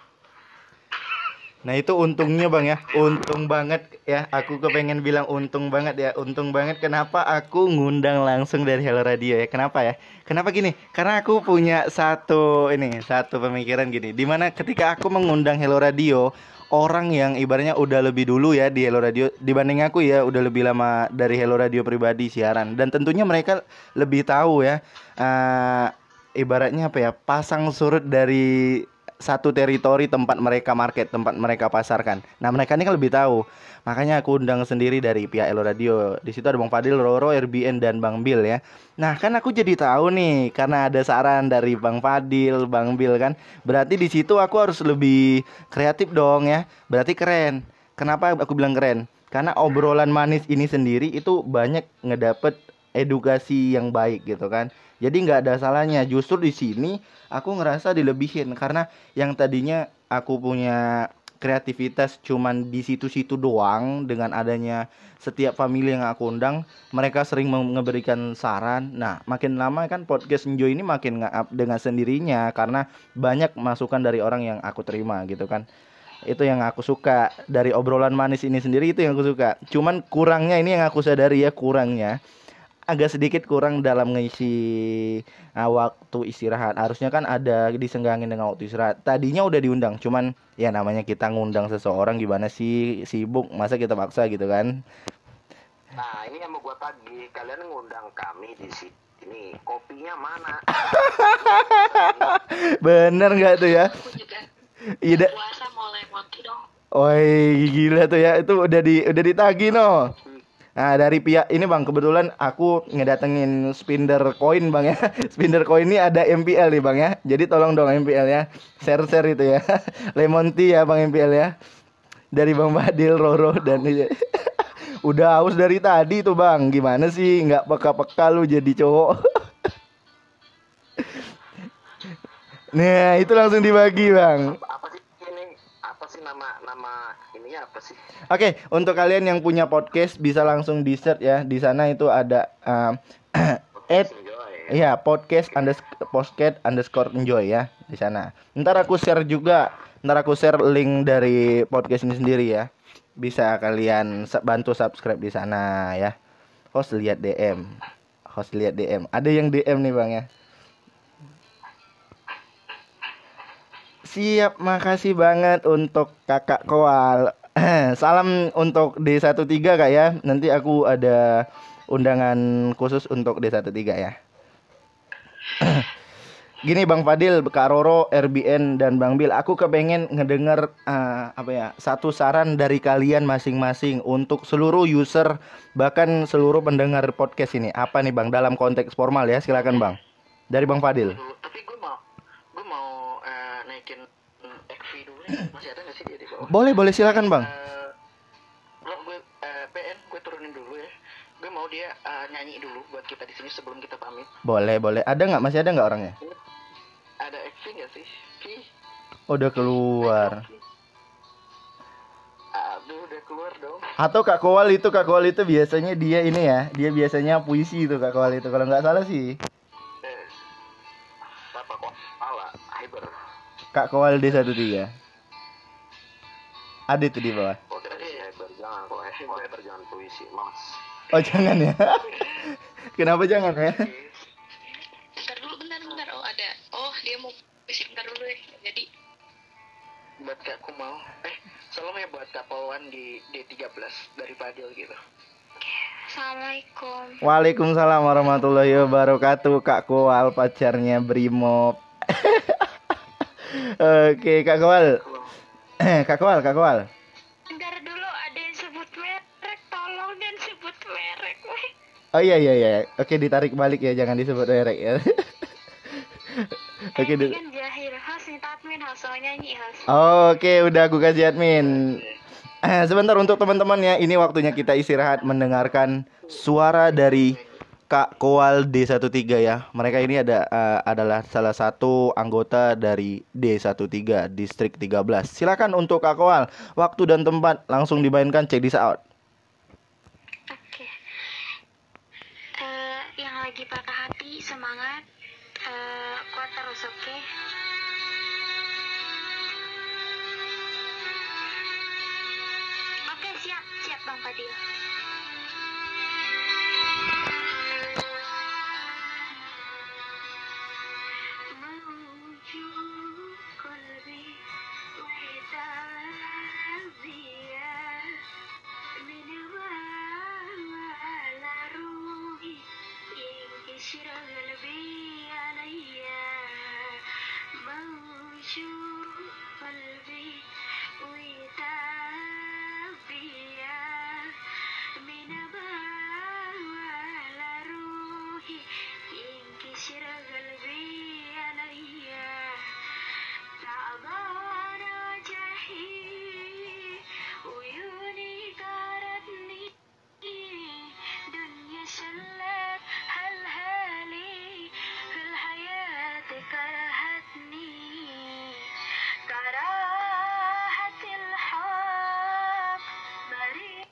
Nah itu untungnya Bang ya, untung banget ya. Aku kepengen bilang untung banget ya, untung banget. Kenapa aku ngundang langsung dari Hello Radio ya? Kenapa ya? Kenapa gini? Karena aku punya satu ini, satu pemikiran gini. Dimana ketika aku mengundang Hello Radio, orang yang ibaratnya udah lebih dulu ya di Hello Radio dibanding aku ya, udah lebih lama dari Hello Radio pribadi siaran. Dan tentunya mereka lebih tahu ya, eh, ibaratnya apa ya, pasang surut dari satu teritori tempat mereka market, tempat mereka pasarkan. Nah, mereka ini kan lebih tahu. Makanya aku undang sendiri dari pihak Elo Radio. Di situ ada Bang Fadil, Roro, R B N dan Bang Bill ya. Nah, kan aku jadi tahu nih karena ada saran dari Bang Fadil, Bang Bill kan. Berarti di situ aku harus lebih kreatif dong ya. Berarti keren. Kenapa aku bilang keren? Karena obrolan manis ini sendiri itu banyak ngedapet edukasi yang baik gitu kan. Jadi nggak ada salahnya. Justru di sini aku ngerasa dilebihin karena yang tadinya aku punya kreativitas cuman di situ-situ doang, dengan adanya setiap family yang aku undang, mereka sering memberikan saran. Nah, makin lama kan podcast Enjoy ini makin nge-up dengan sendirinya karena banyak masukan dari orang yang aku terima gitu kan. Itu yang aku suka dari obrolan manis ini sendiri, itu yang aku suka. Cuman kurangnya ini yang aku sadari ya, kurangnya agak sedikit kurang dalam ngisi uh, waktu istirahat. Harusnya kan ada disenggangin dengan waktu istirahat. Tadinya udah diundang, cuman ya namanya kita ngundang seseorang gimana sih, sibuk, masa kita paksa gitu kan. Nah, ini yang mau gua tagih, kalian ngundang kami di sini, kopinya mana? Bener nggak tuh ya? Aku juga Iya da- puasa mau lemon tea dong. Oi, gila tuh ya. Itu udah di udah ditagih no. Nah, dari pihak ini Bang, kebetulan aku ngedatengin spinner coin Bang ya. Spinner coin ini ada M P L nih Bang ya. Jadi tolong dong M P L ya, share-share itu ya. Lemon tea ya Bang, M P L ya. Dari Bang Badil, Roro dan udah haus dari tadi tuh Bang. Gimana sih nggak peka-peka lu jadi cowok. Nah, itu langsung dibagi Bang. Apa, apa sih ini? Apa sih nama nama ininya apa sih? Oke, untuk kalian yang punya podcast bisa langsung di search ya. Di sana itu ada um, at Enjoy. iya podcast underscore podcast underscore enjoy ya di sana. Ntar aku share juga, ntar aku share link dari podcast ini sendiri ya. Bisa kalian sa- bantu subscribe di sana ya. Host lihat D M, host lihat D M. Ada yang D M nih Bang ya. Siap, makasih banget untuk Kakak Koal. Salam untuk D tiga belas Kak ya. Nanti aku ada undangan khusus untuk D tiga belas ya. Gini Bang Fadil, Kak Roro, R B N dan Bang Bil, aku kepengen ngedenger uh, apa ya, satu saran dari kalian masing-masing untuk seluruh user bahkan seluruh pendengar podcast ini. Apa nih Bang dalam konteks formal ya? Silakan Bang. Dari Bang Fadil. Dulu, tapi gue mau gue mau eh, naikin X V dulu nih. Masih ada nggak sih dia di bawah? Boleh, boleh silakan Bang. Eh, lo gue eh, P N gue turunin dulu ya. Gue mau dia eh, nyanyi dulu buat kita di sini sebelum kita pamit. Boleh, boleh. Ada nggak? Masih ada nggak orangnya? Ada X V nggak sih? V? Udah keluar. Aduh, udah keluar dong. Atau Kak Kowal itu, Kak Kowal itu biasanya dia ini ya, dia biasanya puisi itu Kak Kowal itu kalau nggak salah sih. Eh, apa kok? Ala, Hyper. Kak Kowal D tiga belas. Ada itu di bawah. Oh, dari si Hyper jangan kok. Eh, kok Hyper jangan puisi, mas. Oh jangan ya. Kenapa jangan ya? Bentar dulu, bentar, bentar. Oh ada. Oh dia mau puisi, bentar dulu ya. Jadi Buat Kak Kumal. Eh, salam ya buat Kak Polwan di D tiga belas dari Fadil gitu. Assalamualaikum. Waalaikumsalam warahmatullahi wabarakatuh. Kak Kowal pacarnya Brimob. Oke Kak Kowal. Kak Kowal, Kak Kowal. Bentar dulu, ada yang sebut merek. Tolong dan sebut merek. weh. Oh iya iya iya. Oke ditarik balik ya, jangan disebut merek ya. Oke. Eh, ini di- kan Jahir host nih, admin host, so nyanyi host. Oke, udah aku kasih admin. Eh, sebentar untuk teman-teman ya, ini waktunya kita istirahat mendengarkan suara dari Kak Kowal D tiga belas ya. Mereka ini ada eh, adalah salah satu anggota dari D tiga belas Distrik tiga belas. Silakan untuk Kak Kowal, waktu dan tempat langsung dimainkan, check this out. Oke. Eh, yang lagi patah hati, semangat. Eh, kuat terus, oke? Oke, siap. Siap, Bang Fadil. Menuju qalbi wahidazia min wala ruhi ينكسر قلبي عليا موجوع قلبي وتعبيا من على روحي ينكسر قلبي عليا تعبان وجهي عيوني كارتني دنيا شلت هل هالي في الحياة كرهتني كراهة الحب مريض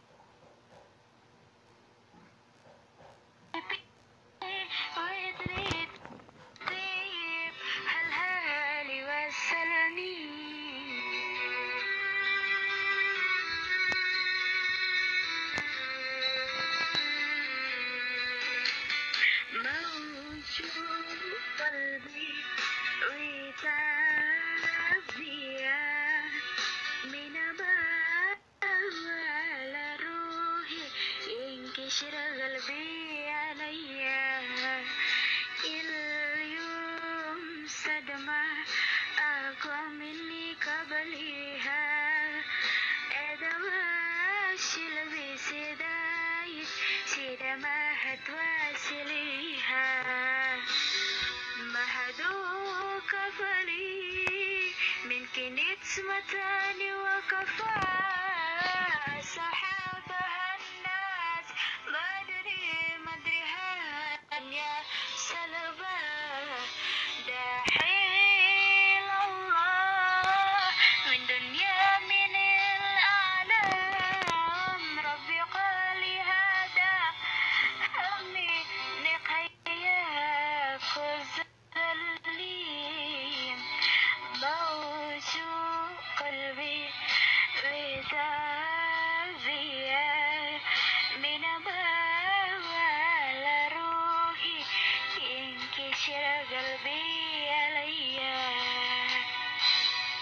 ويطريب طيب هل هالي وصلني موجوع قلبي وتعبيا من على روحي ينكسر قلبي عليا اليوم صدمة أقوى مني قبلها أدواشل بسداي سيدا ما هتواصليها مهدوك فلي من كنت متاني وكفى سحابها الناس ما أدري ما أدري هانيا سلبا دحيل الله من دنيا من الأعلام ربي قالي هذا همي نقيا خذلي موجوع قلبي وتعبيا من على روحي ينكسر قلبي عليا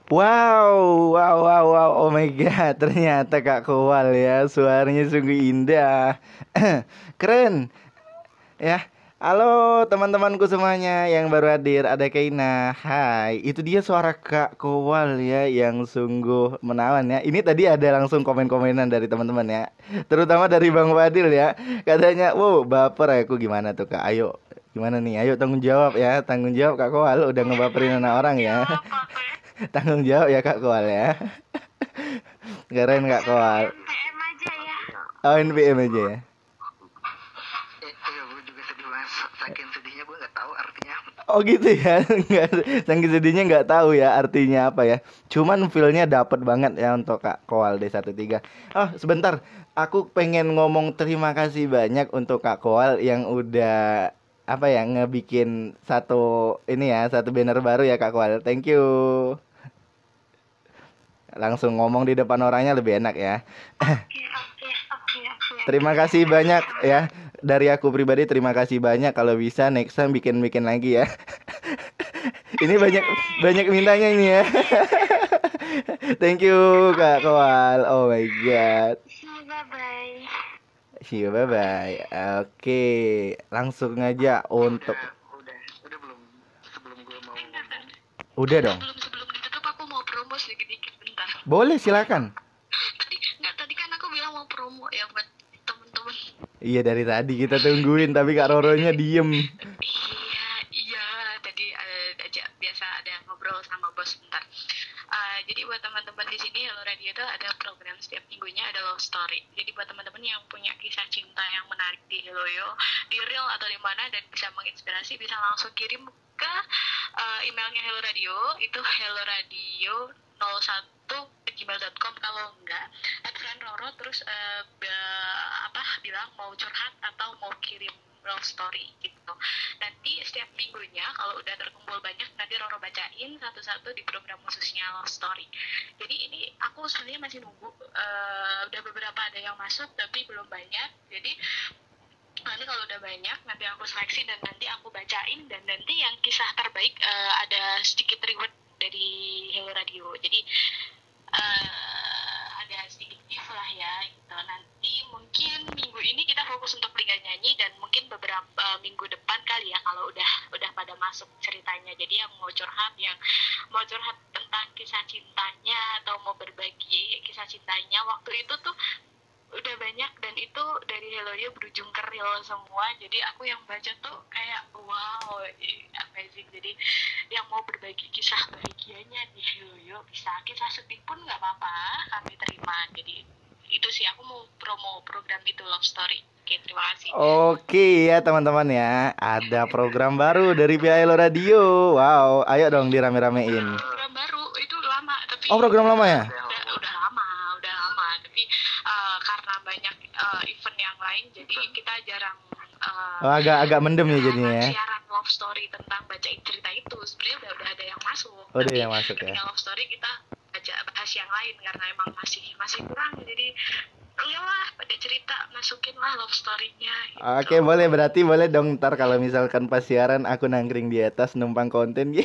Wow, wow, wow, wow, oh my god, ternyata Kak Kowal ya, suaranya sungguh indah. Keren ya. Halo teman-temanku semuanya yang baru hadir, ada Keina. Hai, itu dia suara Kak Kowal ya yang sungguh menawan ya. Ini tadi ada langsung komen-komenan dari teman-teman ya, terutama dari Bang Fadil ya. Katanya, wow, baper aku. Gimana tuh Kak? Ayo, gimana nih? Ayo tanggung jawab ya, tanggung jawab Kak Kowal udah ngebaperin anak orang ya. Tanggung jawab ya Kak Kowal ya. Keren Kak Kowal. N P M aja ya. Oh, N P M aja ya. Eh, iya gue juga sedih banget. Saking sedihnya gue nggak tahu artinya. Oh gitu ya. Nggak, saking sedihnya nggak tahu ya artinya apa ya. Cuman feel-nya dapet banget ya untuk Kak Kowal D tiga belas. Oh sebentar, aku pengen ngomong terima kasih banyak untuk Kak Kowal yang udah apa ya ngebikin satu ini ya, satu banner baru ya Kak Kowal. Thank you. Langsung ngomong di depan orangnya lebih enak ya. Oke, oke, oke, oke. Terima kasih banyak ya. Dari aku pribadi terima kasih banyak, kalau bisa next time bikin-bikin lagi ya. Ini banyak banyak mintanya ini ya. Thank you Kak Kowal. Oh my god. Bye bye. See you, bye bye. Oke, langsung aja untuk Udah, udah, udah belum sebelum gue mau ngomong. udah dong. Sebelum sebelum ditutup aku mau promo sedikit dikit bentar. Boleh silakan. Tadi nggak tadi kan aku bilang mau promo ya buat temen-temen. Iya dari tadi kita tungguin tapi Kak Roronya diem. Iya, iya. Tadi eh, aja biasa ada ngobrol sama bos bentar. Eh, jadi buat teman-teman di sini Hello Radio itu ada program setiap minggunya ada love story. Jadi buat teman-teman yang punya kisah cinta yang menarik di Hello Yo, di real atau di mana dan bisa menginspirasi, bisa langsung kirim ke eh, emailnya Hello Radio, itu helloradio nol satu gmail dot com. Kalau enggak, add friend Roro terus eh, be- apa bilang mau curhat atau mau kirim love story gitu. Nanti setiap minggunya kalau udah terkumpul banyak nanti Roro bacain satu-satu di program khususnya love story. Jadi ini aku sebenarnya masih nunggu, eh, udah beberapa ada yang masuk tapi belum banyak. Jadi nanti kalau udah banyak nanti aku seleksi dan nanti aku bacain, dan nanti yang kisah terbaik eh, ada sedikit reward dari Hello Radio. Jadi eh, ada sedikit gift lah ya gitu. Nanti mungkin minggu ini kita fokus untuk Liga Nyanyi, dan mungkin beberapa eh, minggu depan kali ya kalau udah udah pada masuk ceritanya. Jadi yang mau curhat, yang mau curhat tentang kisah cintanya atau mau berbagi kisah cintanya waktu itu tuh udah banyak, dan itu dari Hello Yo berujung ke real semua. Jadi aku yang baca tuh kayak wow, amazing. Jadi yang mau berbagi kisah bahagianya di Hello Yo bisa, kisah sedih pun nggak apa-apa, kami terima. Jadi itu sih aku mau promo program itu love story. Oke, terima kasih. Oke ya teman-teman ya, ada program baru dari pihak Hello Radio. Wow, ayo dong dirame-ramein. Program baru itu lama tapi Oh program lama ya? udah udah lama udah lama tapi eh, karena banyak eh, event yang lain jadi kita jarang eh, Oh, agak agak mendem ya jadinya ya. siaran love story tentang bacain cerita itu. Sebenarnya udah udah ada yang masuk. Oh, ada Tapi yang masuk ya. ketika love story kita baca bahas yang lain karena emang masih masih kurang. Jadi iyalah pada cerita masukin lah love story-nya gitu. Oke boleh, berarti boleh dong ntar kalau misalkan pas siaran aku nangkring di atas numpang konten.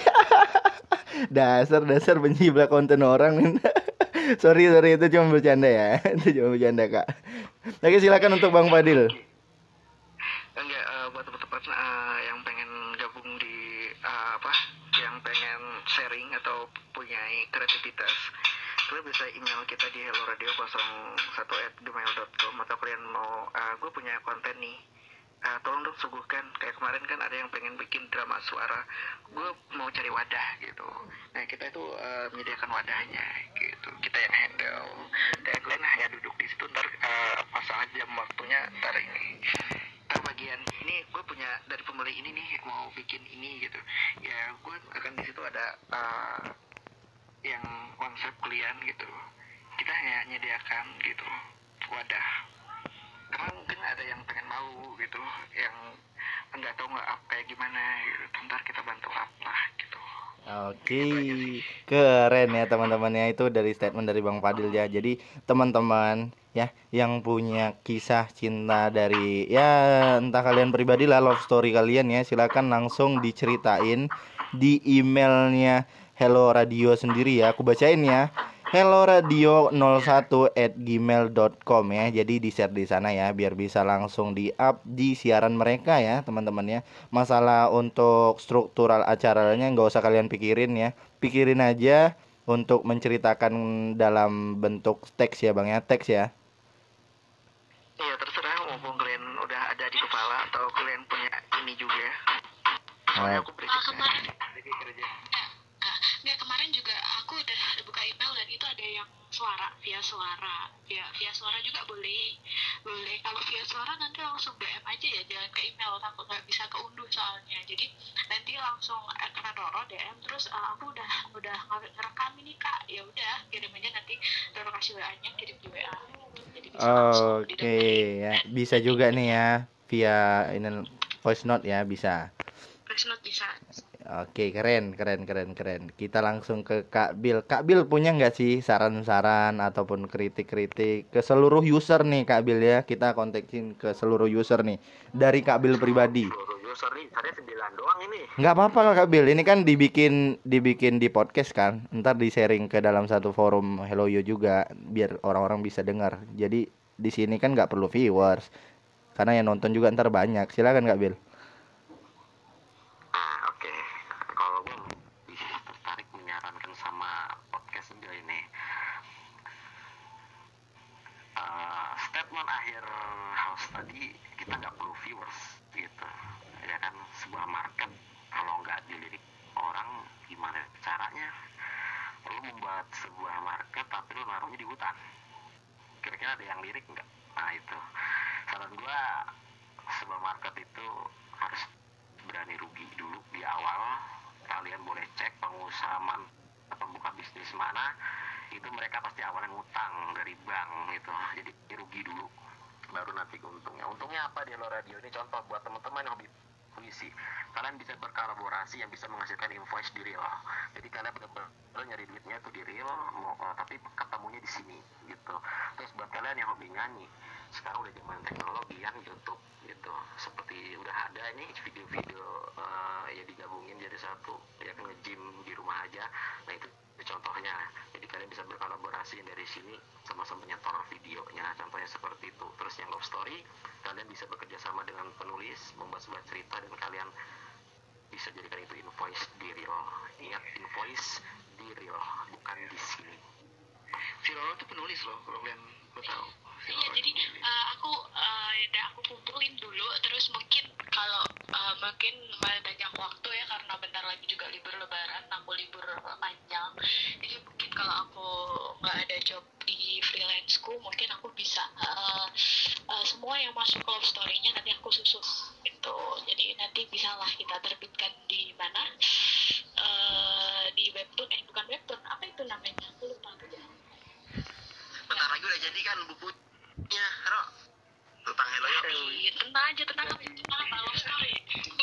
Dasar dasar penjiplak konten orang. Sorry sorry itu cuma bercanda ya. Itu cuma bercanda Kak. Oke silakan untuk Bang Fadil. Enggak, eh, buat teman-teman eh, yang pengen gabung di eh, apa, yang pengen sharing atau punya kreativitas, kalian bisa email kita di helloradio nol satu at gmail dot com. Atau kalian mau, eh, gue punya konten nih, eh, tolong dong suguhkan. Kayak kemarin kan ada yang pengen bikin drama suara, gue mau cari wadah gitu. Nah kita itu eh, menyediakan wadahnya gitu, kita yang handle. Dan kalian hanya duduk di situ, ntar eh, pasang aja jam waktunya, ntar ini ntar bagian ini gue punya dari pemilih ini nih mau bikin ini gitu ya, gue akan di situ ada uh, yang konsep kalian gitu, kita hanya menyediakan gitu wadah. Karena mungkin ada yang pengen mau gitu, yang nggak tahu nggak up kayak gimana gitu, ntar kita bantu up lah gitu. Oke, keren ya teman-teman ya, itu dari statement dari Bang Fadil ya. Jadi teman-teman ya yang punya kisah cinta dari ya entah kalian pribadi lah, love story kalian ya, silakan langsung diceritain di emailnya Hello Radio sendiri ya. Aku bacain ya. hello radio nol satu at gmail dot com ya. Jadi di-share di sana ya biar bisa langsung di-up di siaran mereka ya, teman-teman ya. Masalah untuk struktural acaranya nggak usah kalian pikirin ya. Pikirin aja untuk menceritakan dalam bentuk teks ya, Bang ya. Teks ya. Iya, terserah mau kalian udah ada di kepala atau kalian punya ini juga. Soalnya aku Ah, berisik kemarin jadi kerja. ah, nggak kemarin juga aku udah buka email dan itu ada yang suara via suara via via suara juga boleh boleh kalau via suara nanti langsung D M aja ya, jangan ke email, takut nggak bisa keunduh soalnya. Jadi nanti langsung add friend Roro D M terus ah, aku udah udah ngerekam ini kak, ya udah kirim aja, nanti Roro kasih W A-nya kirim di W A gitu. Jadi bisa langsung Oke didengerin. ya, bisa juga nih ya via ini voice note ya, bisa. Voice note bisa. Oke, keren, keren, keren, keren. Kita langsung ke Kak Bil. Kak Bil punya nggak sih saran-saran ataupun kritik-kritik ke seluruh user nih, Kak Bil ya? Kita kontekin ke seluruh user nih. Dari Kak Bil pribadi. Seluruh user nih, saya sembilan doang ini. Nggak apa-apa lah Kak Bil. Ini kan dibikin dibikin di podcast kan. Ntar di-sharing ke dalam satu forum Hello You juga biar orang-orang bisa dengar. Jadi di sini kan nggak perlu viewers. Karena yang nonton juga ntar banyak. Silakan Kak Bil. Ah, oke. Kalau gue lebih tertarik menyarankan sama podcast juga ini. Eh, statement akhir host tadi, kita nggak perlu viewers gitu. Ya kan, sebuah market kalau nggak dilirik orang, gimana caranya? Lu membuat sebuah market tapi lu naruhnya di hutan. Kira-kira ada yang lirik nggak? Nah itu. Saran gua, sebuah market itu harus berani rugi dulu di awal. Kalian boleh cek pengusaha man atau buka bisnis mana, itu mereka pasti awalnya ngutang dari bank gitu. Jadi rugi dulu, baru nanti untungnya. Untungnya apa di Hello Radio ini? Contoh buat teman-teman yang hobi puisi, kalian bisa berkolaborasi yang bisa menghasilkan invoice di real. Jadi kalian benar-benar nyari duitnya tuh di real, mau, uh, tapi ketemunya di sini gitu. Terus buat kalian yang hobi nyanyi, sekarang udah zaman teknologi kan, YouTube gitu, seperti udah ada nih video-video uh, ya digabungin jadi satu, ya kan, nge-gym di rumah aja. Nah itu contohnya. Jadi kalian bisa berkolaborasi dari sini, sama-sama nyetor videonya, contohnya seperti itu. Terus yang love story, kalian bisa bekerja sama dengan penulis, membuat sebuah cerita, dan kalian bisa jadikan itu invoice di real. Ingat, invoice di real, bukan di sini. Virolo tuh penulis loh, kalau kalian lo tahu. Iya, jadi uh, aku uh, udah aku kumpulin dulu, terus mungkin kalau uh, mungkin banyak waktu ya, karena bentar lagi juga libur lebaran, aku libur panjang. Jadi mungkin kalau aku nggak ada job di freelanceku, mungkin aku bisa uh, uh, semua yang masuk love story-nya nanti aku susun gitu. Jadi nanti bisa lah kita terbitkan di mana, uh, di webtoon, eh bukan webtoon, apa itu namanya? Aku lupa tuh ya. Bentar lagi udah jadi kan bukunya, Ro, tentang Hello You. Tapi tenang aja, tenang aja, tenang apa love story.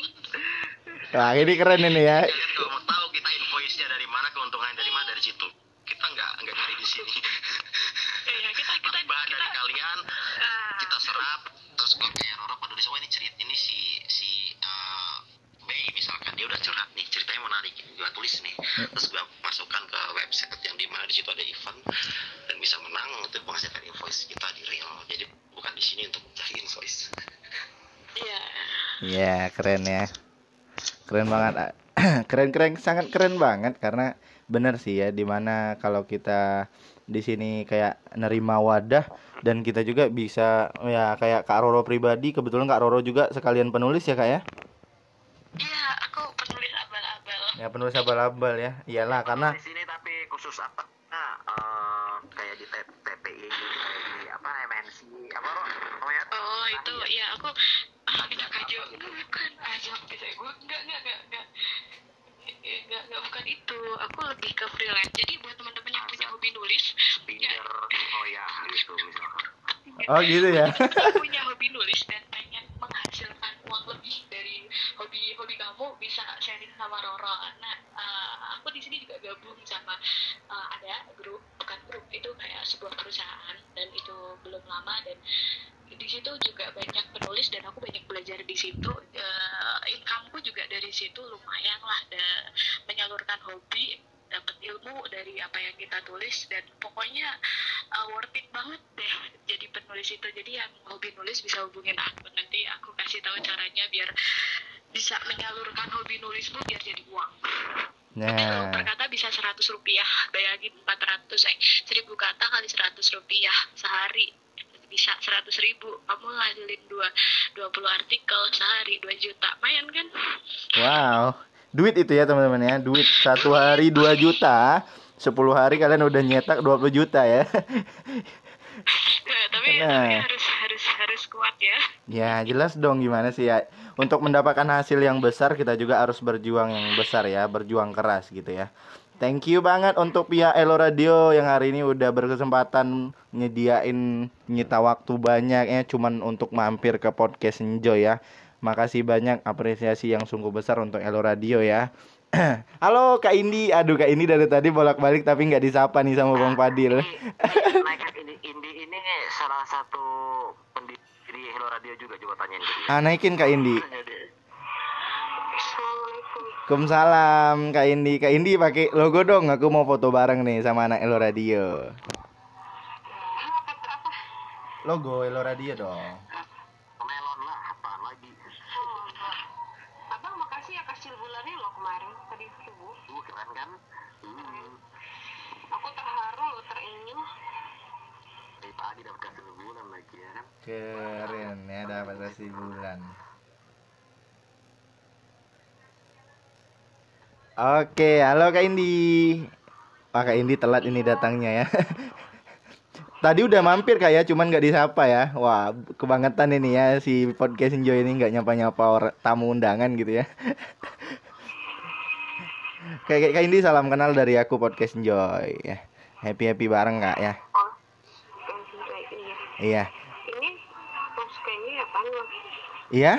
Wah, ini keren ini ya. Kalian kalau mau tahu kita invoice-nya dari mana, keuntungannya dari mana, dari situ. Kita nggak nggak cari di sini. Iya, kita kita Bahan kita dari kalian, ah, kita serap, terus kalau kayak Roro penulis, oh ini cerita ini si si uh, B misalkan, dia udah curhat nih, ceritanya menarik, gue tulis nih, terus gue masukkan ke website yang dimana di situ ada event dan bisa menang untuk menghasilkan invoice kita di real. Jadi bukan di sini untuk mencari invoice. iya. Iya, keren ya. Keren banget. Keren-keren, sangat keren banget karena bener sih ya, dimana kalau kita di sini kayak nerima wadah dan kita juga bisa ya, kayak Kak Roro pribadi, kebetulan Kak Roro juga sekalian penulis ya Kak ya. Iya, aku penulis abal-abal. Ya penulis abal-abal ya. Iyalah karena Di sini tapi khusus apa? Nah, eh, kayak di T P I, kayak di apa M N C, apa Ro? Namanya? Oh, itu ya aku ajak aja. Bukan ajak bisa gue enggak enggak enggak enggak. Enggak, enggak, bukan itu. Aku lebih ke freelance. Jadi buat teman-teman yang punya hobi nulis, punya Binder, oh ya gitu misalkan. oh gitu ya. yang punya hobi nulis dan pengen menghasilkan uang lebih dari hobi-hobi kamu, bisa sharing sama Roro. Nah, uh, aku di sini juga gabung sama uh, ada grup, bukan grup, itu kayak sebuah perusahaan dan itu belum lama, dan di situ juga banyak penulis dan aku banyak belajar di situ. Uh, incomeku juga dari situ lumayan lah, da, menyalurkan hobi apa yang kita tulis, dan pokoknya uh, worth it banget deh jadi penulis itu. Jadi yang hobi nulis bisa hubungin aku, nanti aku kasih tahu caranya biar bisa menyalurkan hobi nulismu biar jadi uang. Nah, Per kata bisa seratus rupiah, bayangin empat ratus eh seribu kata kali seratus rupiah sehari bisa seratus ribu. Kamu ngasilin dua dua puluh artikel sehari dua juta, lumayan kan? wow. Duit itu ya teman-teman ya. Duit satu hari dua juta. sepuluh hari kalian udah nyetak dua puluh juta ya. Nah, tapi, Nah. tapi harus harus harus kuat ya. Ya jelas dong gimana sih ya. Untuk mendapatkan hasil yang besar kita juga harus berjuang yang besar ya. Berjuang keras gitu ya. Thank you banget untuk pihak Elo Radio yang hari ini udah berkesempatan nyediain nyita waktu banyak ya, cuman untuk mampir ke podcast Enjoy ya. Makasih banyak, apresiasi yang sungguh besar untuk Elo Radio ya. Halo Kak Indi, aduh Kak Indi dari tadi bolak-balik tapi nggak disapa nih sama Bang Fadil. Naikkan ini Indi ini salah satu pendiri Hello Radio juga, coba tanyain ke dia. Ah, naikin Kak Indi. Assalamualaikum. Waalaikumsalam Kak Indi. Kak Indi pakai logo dong, aku mau foto bareng nih sama anak Elo Radio. Logo Elo Radio dong. Melon lah, apaan lagi? Abang makasih ya kasih bulannya lo kemarin tadi subuh. Uh, keren kan? Hmm. Aku terharu lo terenyuh. Dari pagi dapat kasih bulan lagi ya kan? Keren ya, dapat kasih bulan. Oke, halo Kak Indi. Wah, Kak Indi telat ini datangnya ya. Tadi udah mampir Kak ya, cuman nggak disapa ya. Wah, kebangetan ini ya si podcast Enjoy ini nggak nyapa-nyapa orang tamu undangan gitu ya. Kayak Kak Indi, salam kenal dari aku podcast Enjoy ya. Happy-happy bareng Kak ya. Oh, iya. Iya. Ini masukannya apa lo? Iya?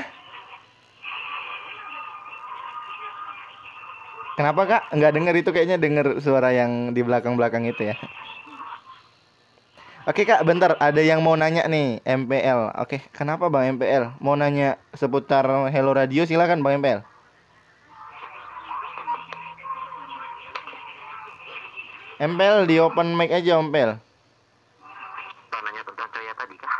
Kenapa Kak? Nggak denger itu, kayaknya denger suara yang di belakang-belakang itu ya. Oke Kak, bentar, ada yang mau nanya nih, M P L. Oke, kenapa Bang M P L? Mau nanya seputar Hello Radio, silakan Bang M P L. M P L di open mic aja M P L. Nanya tentang cahaya tadi kah?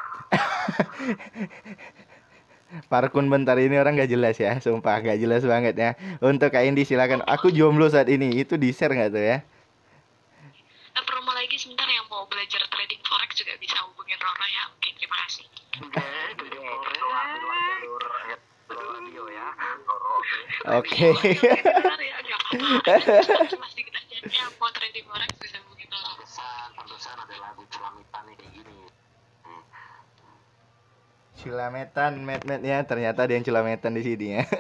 Parkun bentar, ini orang gak jelas ya, sumpah gak jelas banget ya. Untuk Kak Indi silakan. Aku jomblo saat ini, itu di share nggak tuh ya? Eh, promo lagi sebentar, yang mau belajar trading forex juga bisa hubungin Roro ya. Oke, terima kasih. Oke, jadi keluar di luar jalur Hello Radio ya. Roro, Oke. Benar ya, nggak apa-apa. Masih kita janji mau trading forex bisa hubungin Roro. pantesan, pantesan ada lagu celamitan nih kayak gini. Hmm. Culametan, met-met ya. Ternyata ada yang culametan di sini ya.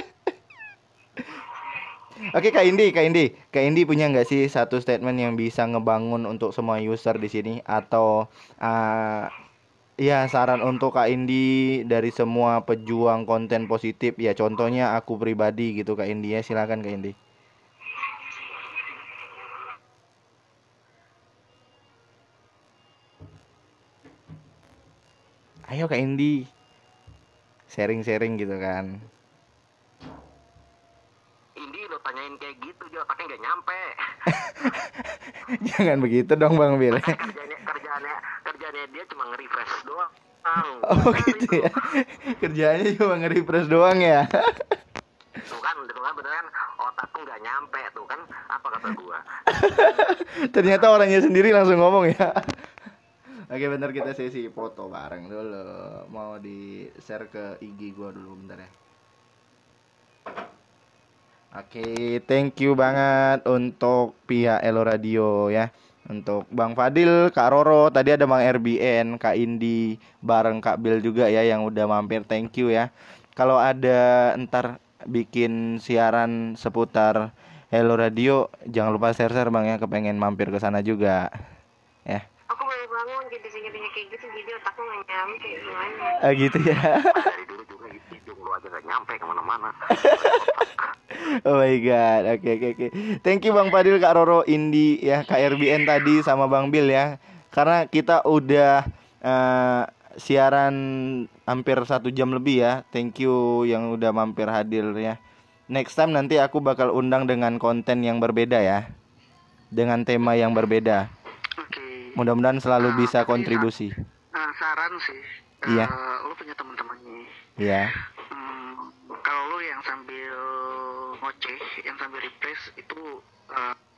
Oke Kak Indi, Kak Indi, Kak Indi punya nggak sih satu statement yang bisa ngebangun untuk semua user di sini, atau uh, ya saran untuk Kak Indi dari semua pejuang konten positif ya, contohnya aku pribadi gitu Kak Indi ya, silakan Kak Indi. Ayo Kak Indi, sharing-sharing gitu kan. Indi lo tanyain kayak gitu dia otaknya nggak nyampe. Jangan begitu dong Bang Bil. kerjanya kerjaannya kerjaannya dia cuma nge-refresh doang. Oh gitu ya. Kerjaannya cuma nge-refresh doang ya. Tuh kan, tuh kan bener kan, otakku nggak nyampe tuh kan, apa kata gua? Ternyata orangnya sendiri langsung ngomong ya. Oke, bentar kita sesi foto bareng dulu. Mau di share ke I G gua dulu bentar ya. Oke, thank you banget untuk pihak Elo Radio ya. Untuk Bang Fadil, Kak Roro, tadi ada Bang R B N, Kak Indi, bareng Kak Bill juga ya yang udah mampir, thank you ya. Kalau ada ntar bikin siaran seputar Hello Radio, jangan lupa share-share Bang ya, kepengen mampir ke sana juga. Ya. Aku baru bangun jadi singkatnya kayak gitu, jadi otakku nggak nyampe gimana. Ah gitu ya. Dari dulu juga hidung lu aja nggak nyampe kemana-mana. Oh my god, oke oke oke. Thank you Bang Fadil, Kak Roro, Indi ya, K R B N tadi sama Bang Bill ya. Karena kita udah uh, siaran hampir satu jam lebih ya. Thank you yang udah mampir hadir ya. Next time nanti aku bakal undang dengan konten yang berbeda ya. dengan tema yang berbeda. Oke. Mudah-mudahan selalu Ah, bisa tapi, kontribusi. ah, saran sih. Iya. Eh, lu punya teman-temannya. Iya. Hmm, kalau lu yang sambil ngoceh, yang sambil refresh itu eh,